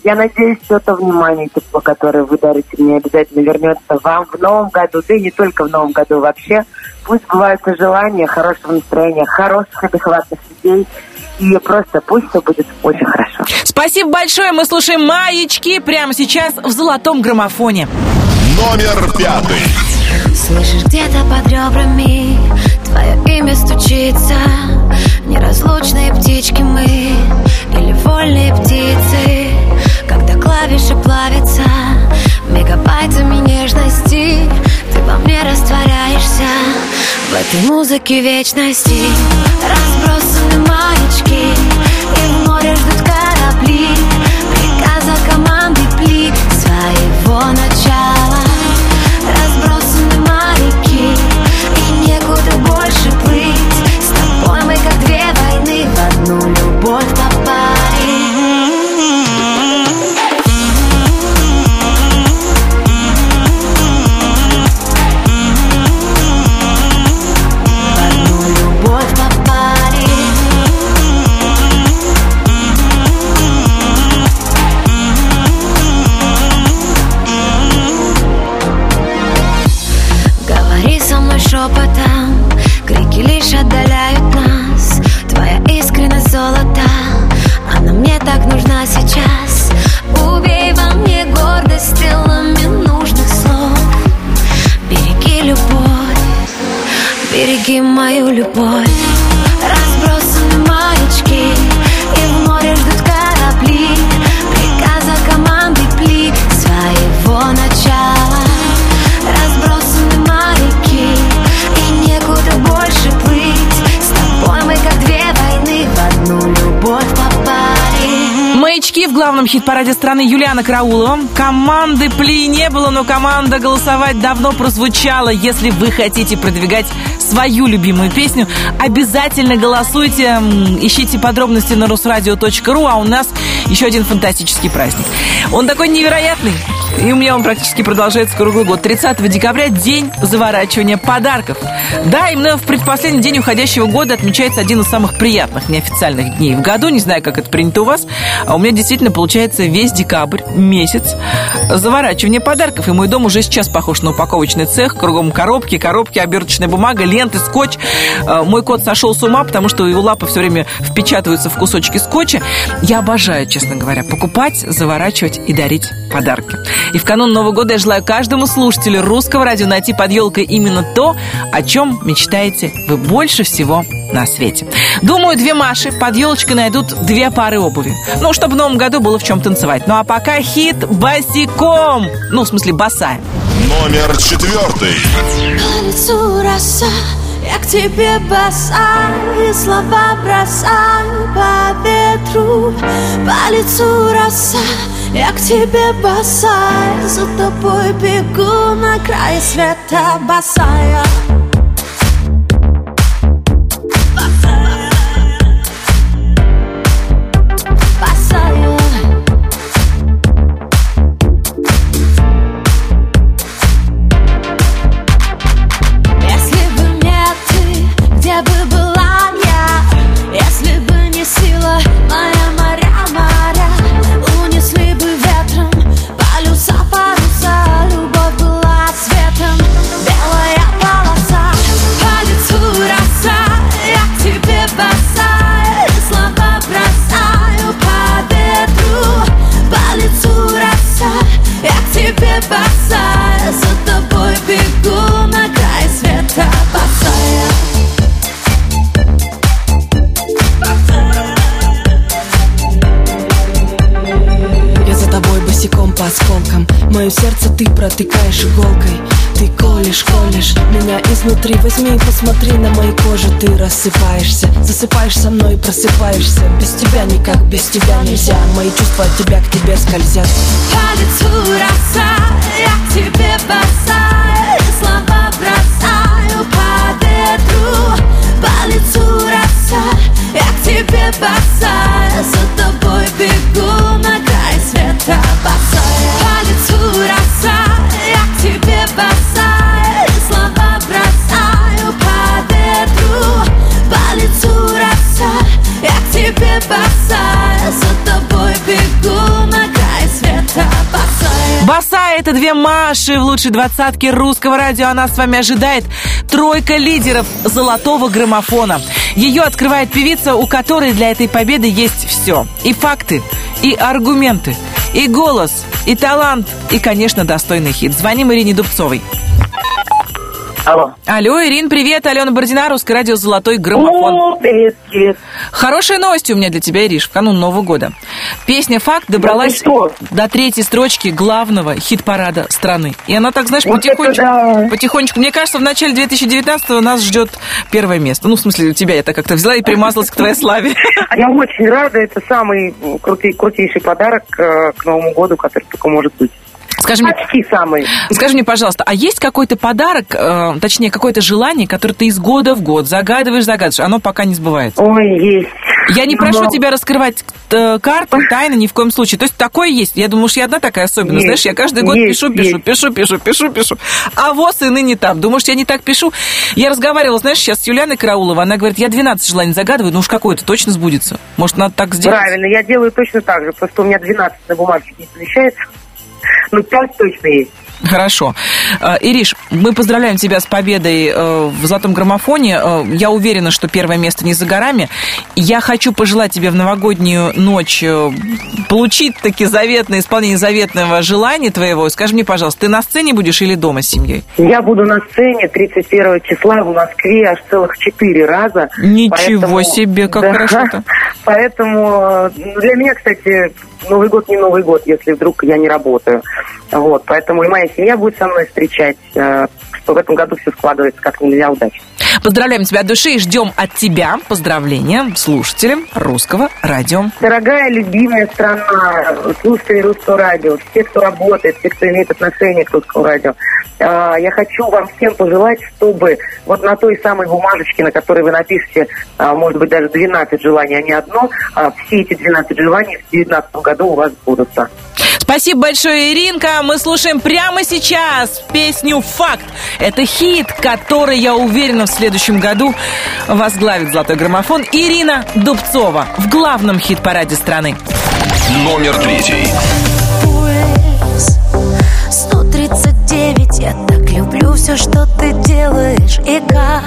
Я надеюсь, что то внимание и тепло, которое вы дарите мне, обязательно вернется вам в новом году, да и не только в новом году вообще. Пусть сбываются желания, хорошего настроения, хороших, адекватных людей. И просто пусть все будет очень хорошо. Спасибо большое. Мы слушаем «Маячки» прямо сейчас в золотом граммофоне. Номер 5. Слышишь, где-то под ребрами твое имя стучится. Неразлучные птички мы или вольные птицы. Когда клавиши плавятся мегабайтами нежности, ты во мне растворяешься в этой музыке вечности. Разбросаны маячки, и в море ждут корабли. Приказа команды плик своего начала. Разбросаны маяки, и некуда больше плыть. С тобой мы как две войны в одну любовь попали. Шепотом крики лишь отдаляют нас. Твоя искренность золота, она мне так нужна сейчас. Убей во мне гордость стрелами нужных слов. Береги любовь, береги мою любовь. Разбросаны маячки, и в море ждут корабли. Приказа команды плик своего начала. Разбросаны маяки, и некуда больше плыть. С тобой мы как две войны в одну любовь попали. «Маячки» в главном хит-параде страны Юлиана Караулова. Команды «Пли» не было, но команда «Голосовать» давно прозвучала. Если вы хотите продвигать свою любимую песню, обязательно голосуйте. Ищите подробности на rusradio.ru, а у нас еще один фантастический праздник. Он такой невероятный, и у меня он практически продолжается круглый год. 30 декабря – день заворачивания подарков. Да, именно в предпоследний день уходящего года отмечается один из самых приятных неофициальных дней в году. Не знаю, как это принято у вас, а у меня действительно получается весь декабрь, месяц заворачивания подарков. И мой дом уже сейчас похож на упаковочный цех. Кругом коробки, оберточная бумага, ленты, скотч. Мой кот сошел с ума, потому что его лапы все время впечатываются в кусочки скотча. Я обожаю, честно говоря, покупать, заворачивать и дарить подарки. И в канун Нового года я желаю каждому слушателю Русского радио найти под елкой именно то, о чем мечтаете вы больше всего на свете. Думаю, две Маши под елочкой найдут две пары обуви. Ну, чтобы в Новом году было в чем танцевать. Ну, а пока хит «Босиком». Ну, в смысле, босая. Номер 4. По лицу роса, я к тебе босая, и слова бросаю по ветру. По лицу роса, я к тебе босая, за тобой бегу на край света босая. Босая, за тобой бегу на край света босая. Я за тобой босиком по осколкам. Мое сердце ты протыкаешь иголкой. Ты колешь меня изнутри. Возьми и посмотри на моей коже. Ты рассыпаешься, засыпаешь со мной и просыпаешься. Без тебя никак, без тебя нельзя. Мои чувства от тебя к тебе скользят. По лицу роса, я к тебе босая, и слова бросаю по ветру. По лицу роса, я к тебе босая, за тобой бегу на край света босая. По лицу роса, я к тебе босая, и слова бросаю по ветру. По лицу роса, я к тебе босая, за тобой бегу на край Это две Маши в лучшей двадцатке русского радио. Она с вами ожидает тройка лидеров золотого граммофона. Ее открывает певица, у которой для этой победы есть все. И факты, и аргументы, и голос, и талант, и, конечно, достойный хит. Звоним Ирине Дубцовой. Алло. Алло, Ирин, привет. Алена Бородина, Русское радио «Золотой граммофон». О, привет, привет. Хорошая новость у меня для тебя, Ириш, в канун Нового года. Песня «Факт» добралась до третьей строчки главного хит-парада страны. И она так, знаешь, вот потихонечку. Мне кажется, в начале 2019-го нас ждет первое место. Ну, в смысле, тебя я так как-то взяла и примазалась к твоей славе. Я очень рада. Это самый крутейший подарок к Новому году, который только может быть. Скажи мне, пожалуйста, а есть какой-то подарок, точнее, какое-то желание, которое ты из года в год загадываешь, оно пока не сбывается? Ой, есть. Я не прошу тебя раскрывать карты, тайны ни в коем случае. То есть такое есть. Я думаю, что я одна такая особенная. Знаешь, я каждый год пишу. А воз и ныне там. Думаешь, я не так пишу? Я разговаривала, знаешь, сейчас с Юлианой Карауловой. Она говорит, я 12 желаний загадываю, но уж какое-то точно сбудется. Может, надо так сделать? Правильно, я делаю точно так же. Просто у меня 12 на бумажке не помещается. Ну, 5 точно есть. Хорошо. Ириш, мы поздравляем тебя с победой в «Золотом граммофоне». Я уверена, что первое место не за горами. Я хочу пожелать тебе в новогоднюю ночь получить таки исполнение заветного желания твоего. Скажи мне, пожалуйста, ты на сцене будешь или дома с семьей? Я буду на сцене 31 числа в Москве аж целых 4 раза. Ничего себе, как хорошо-то. Поэтому для меня, кстати, Новый год не Новый год, если вдруг я не работаю. Вот, поэтому и моя семья будет со мной встречать, что в этом году все складывается как нельзя удачно. Поздравляем тебя от души и ждем от тебя поздравления слушателям Русского радио. Дорогая, любимая страна, слушатели Русского радио, все, кто работает, все, кто имеет отношение к Русскому радио, я хочу вам всем пожелать, чтобы вот на той самой бумажечке, на которой вы напишете, может быть, даже 12 желаний, а не одно, все эти 12 желаний в 2019 году у вас будутся. Спасибо большое, Иринка. Мы слушаем прямо сейчас песню «Факт». Это хит, который, я уверена, в следующем году возглавит «Золотой граммофон» Ирина Дубцова в главном хит-параде страны. Номер 3. 139, я так люблю все, что ты делаешь и как.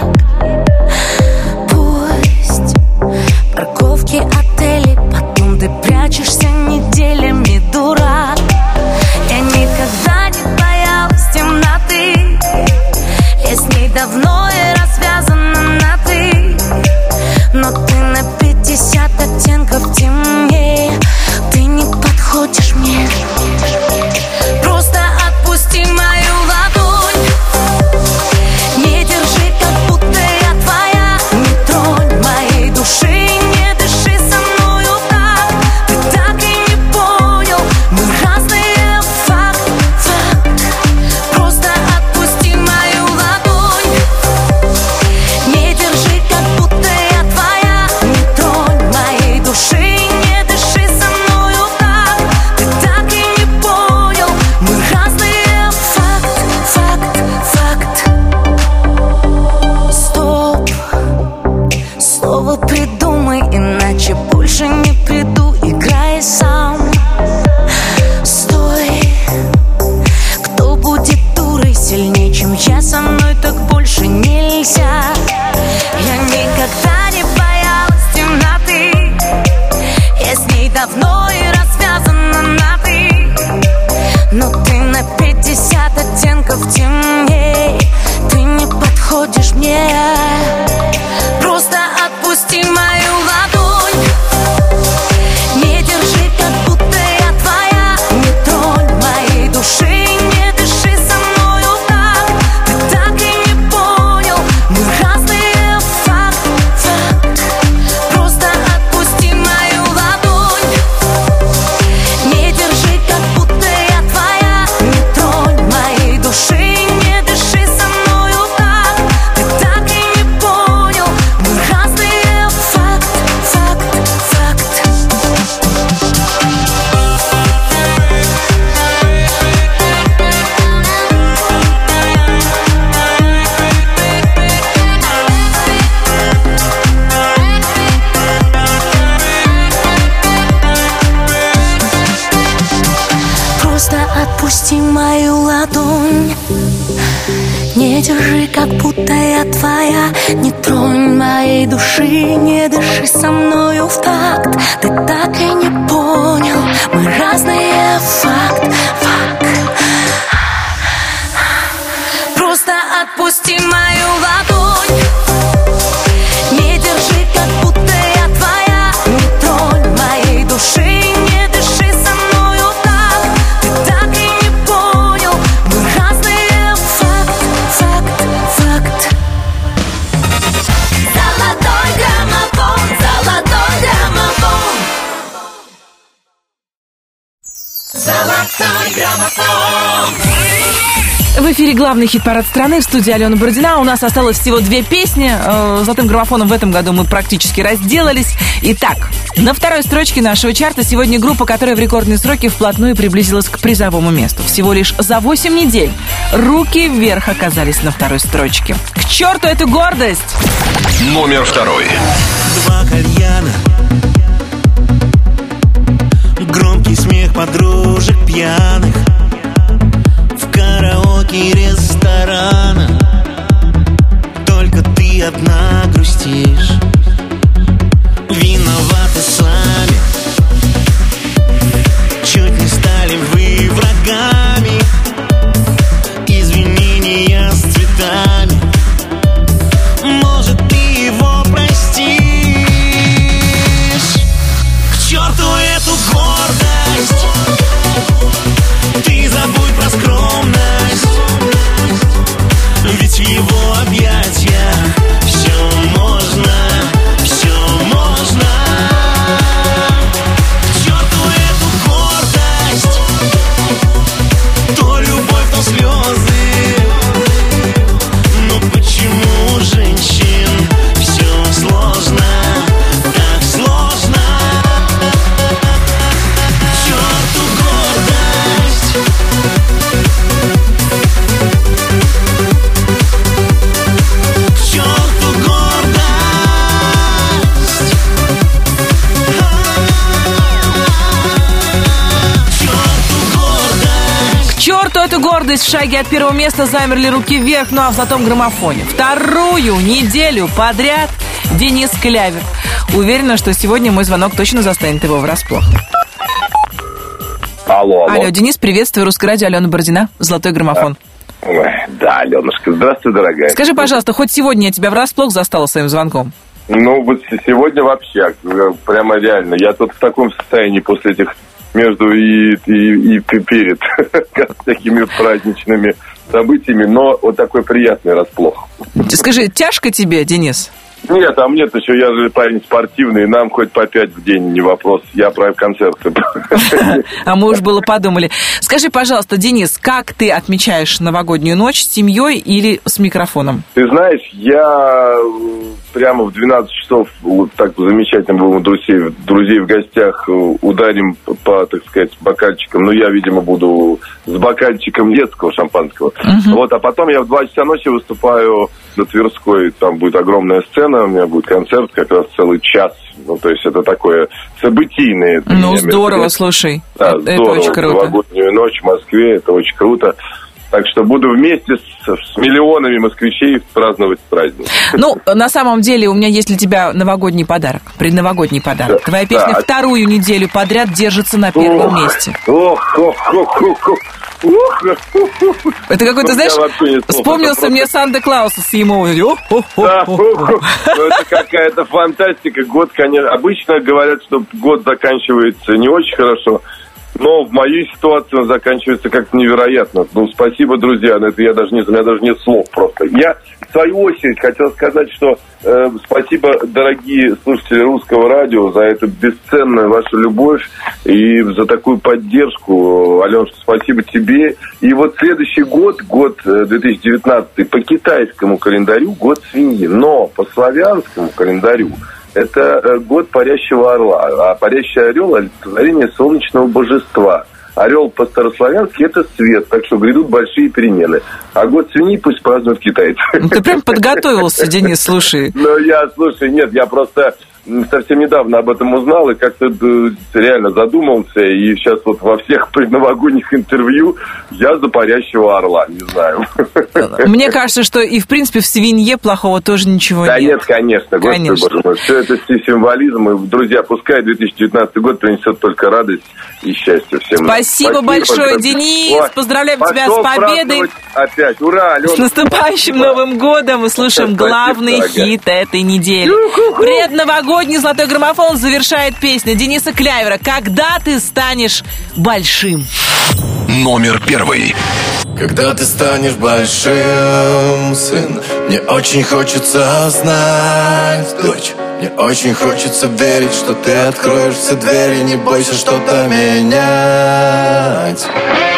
Пусть парковки, отели, потом ты прячешься неделями, дурак. Я никогда не боялась темноты, я с ней давно и развязана на ты. Но ты на 50 оттенков темнее, ты не подходишь мне. Просто отпусти мою ладонь, не держи, как будто я твоя. Не тронь моей души, не дыши со мною так. Ты так и не понял, мы разные, факт. Просто отпусти мою ладонь, держи, как будто я твоя. Не тронь моей души, не дыши со мною в такт. Ты так и не понял, мы разные, факт. Просто отпусти мою ладонь. Не держи, как будто я твоя. Не тронь моей души, не дыши со мною так. Ты так и не понял, мы разные, факт. Золотой граммофон, золотой граммофон. Золотой граммофон. В эфире главный хит-парад страны, в студии Алена Бородина. У нас осталось всего 2 песни. Золотым граммофоном в этом году мы практически разделались. Итак, на второй строчке нашего чарта сегодня группа, которая в рекордные сроки вплотную приблизилась к призовому месту. Всего лишь за 8 недель «Руки вверх» оказались на второй строчке. К черту эту гордость! Номер 2. 2 кальяна, громкий смех подружек пьяных, в караоке ресторана только ты одна грустишь. Виноваты сами, чуть не стали вы врагами. Извинения с цветами, может, ты его простишь. К черту эту гордость, ты забудь про скромность, ведь в его объятиях все можно, все можно. К черту эту гордость, то любовь, то слезы. Но почему у женщин все сложно, так сложно? К черту гордость. К черту гордость. К черту эту гордость! В шаге от первого места замерли «Руки вверх», ну а в золотом граммофоне вторую неделю подряд Денис Клявер. Уверена, что сегодня мой звонок точно застанет его врасплох. Алло. Алло, Денис, приветствую. Русское радио, Алена Бородина, золотой граммофон. Да, Аленушка, здравствуй, дорогая. Скажи, пожалуйста, хоть сегодня я тебя врасплох застала своим звонком? Ну, вот сегодня вообще, прямо реально. Я тут в таком состоянии после этих между и перед такими праздничными событиями, но вот такой приятный расплох. Скажи, тяжко тебе, Денис? Нет, а мне-то что, я же парень спортивный, нам хоть по 5 в день, не вопрос. Я про концерты. А мы уж было подумали. Скажи, пожалуйста, Денис, как ты отмечаешь новогоднюю ночь, с семьей или с микрофоном? Ты знаешь, я прямо в 12 часов, вот так замечательно был у друзей в гостях, ударим по, так сказать, бокальчикам. Ну, я, видимо, буду с бокальчиком детского шампанского. Вот, а потом я в 2 часа ночи выступаю на Тверской, там будет огромная сцена, у меня будет концерт как раз целый час. Ну, то есть это такое событийное. Ну, здорово, слушай. Да, это здорово. очень круто. Новогоднюю ночь в Москве, это очень круто. Так что буду вместе с миллионами москвичей праздновать праздник. Ну, на самом деле, у меня есть для тебя новогодний подарок, предновогодний подарок. Да, твоя песня да. вторую неделю подряд держится на первом месте. Это какой-то, знаешь, вспомнился мне Санта-Клаус с ему. Да, это какая-то фантастика. Год, конечно, обычно говорят, что год заканчивается не очень хорошо, но в моей ситуации он заканчивается как-то невероятно. Ну, спасибо, друзья, на это у меня даже нет слов просто. Я, в свою очередь, хотел сказать, что спасибо, дорогие слушатели Русского радио, за эту бесценную вашу любовь и за такую поддержку. Аленушка, спасибо тебе. И вот следующий год 2019, по китайскому календарю, год свиньи, но по славянскому календарю это год парящего орла, а парящий орел – олицетворение солнечного божества. Орел по-старославянски – это свет, так что грядут большие перемены. А год свиньи пусть празднуют китайцы. Ты прям подготовился, Денис, слушай. Ну, я просто совсем недавно об этом узнал и как-то реально задумался. И сейчас вот во всех предновогодних интервью я за парящего орла, не знаю. Мне кажется, что и, в принципе, в свинье плохого тоже ничего нет. Да нет, конечно, господи, боже мой. Все это символизм. И, друзья, пускай 2019 год принесет только радость и счастье всем. Спасибо большое, Денис. Поздравляем тебя с победой. Опять, ура, Алена. С наступающим Новым годом. Мы слушаем главный хит этой недели. Предновогодний золотой граммофон завершает песня Дениса Клявера «Когда ты станешь большим». Номер первый. Когда ты станешь большим, сын, мне очень хочется знать, дочь. Мне очень хочется верить, что ты откроешь все двери, не бойся что-то менять.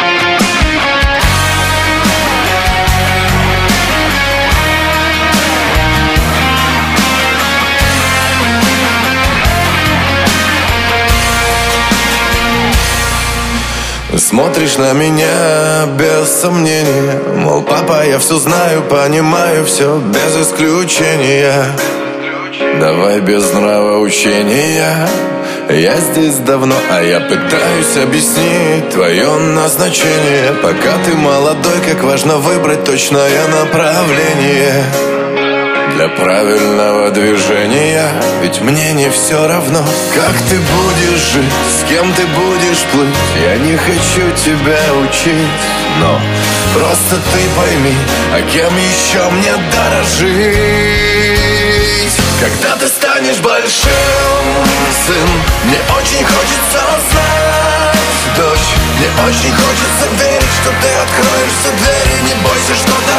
Смотришь на меня без сомнения, мол, папа, я все знаю, понимаю все без исключения. Давай без нравоучения. Я здесь давно, а я пытаюсь объяснить твое назначение. Пока ты молодой, как важно выбрать точное направление для правильного движения. Ведь мне не все равно, как ты будешь жить, с кем ты будешь плыть. Я не хочу тебя учить, но просто ты пойми, а кем еще мне дорожить. Когда ты станешь большим, сын, мне очень хочется знать, дочь. Мне очень хочется верить, что ты откроешь все двери, не бойся что-то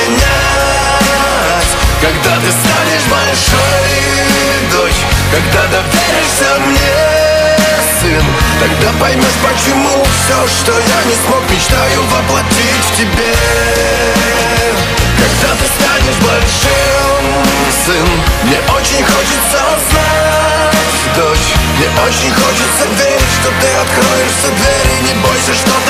менять. Когда ты станешь большой, дочь, когда доверишься мне, сын, тогда поймешь, почему все, что я не смог, мечтаю воплотить в тебе. Когда ты станешь большим, сын, мне очень хочется знать, дочь. Мне очень хочется верить, что ты откроешь все двери, не бойся что-то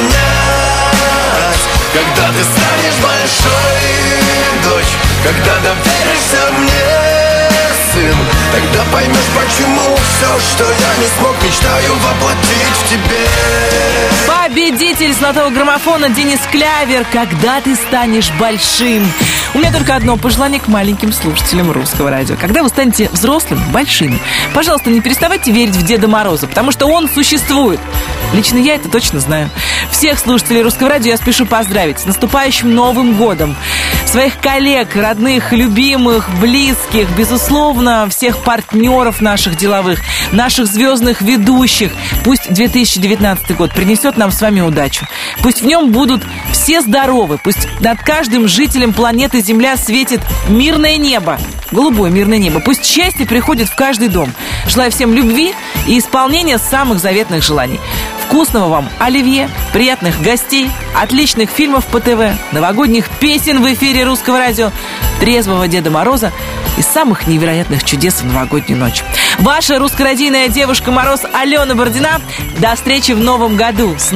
менять. Когда ты станешь большой, дочь, когда доверишься мне, сын, тогда поймешь, почему все, что я не смог, мечтаю воплотить в тебе. Победитель золотого граммофона Денис Клявер «Когда ты станешь большим». У меня только одно пожелание к маленьким слушателям Русского радио. Когда вы станете взрослыми, большими, пожалуйста, не переставайте верить в Деда Мороза, потому что он существует. Лично я это точно знаю. Всех слушателей Русского радио я спешу поздравить с наступающим Новым годом. Своих коллег, родных, любимых, близких, безусловно, всех партнеров наших деловых, наших звездных ведущих. Пусть 2019 год принесет нам с вами удачу. Пусть в нем будут все здоровы. Пусть над каждым жителем планеты Земля светит мирное небо. Голубое мирное небо. Пусть счастье приходит в каждый дом. Желаю всем любви и исполнения самых заветных желаний. Вкусного вам оливье, приятных гостей, отличных фильмов по ТВ, новогодних песен в эфире Русского радио, трезвого Деда Мороза и самых невероятных чудес в новогоднюю ночь. Ваша русскородийная Девушка Мороз Алена Бородина. До встречи в Новом году. С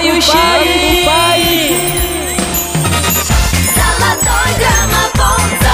наступающим! Золотой граммофон.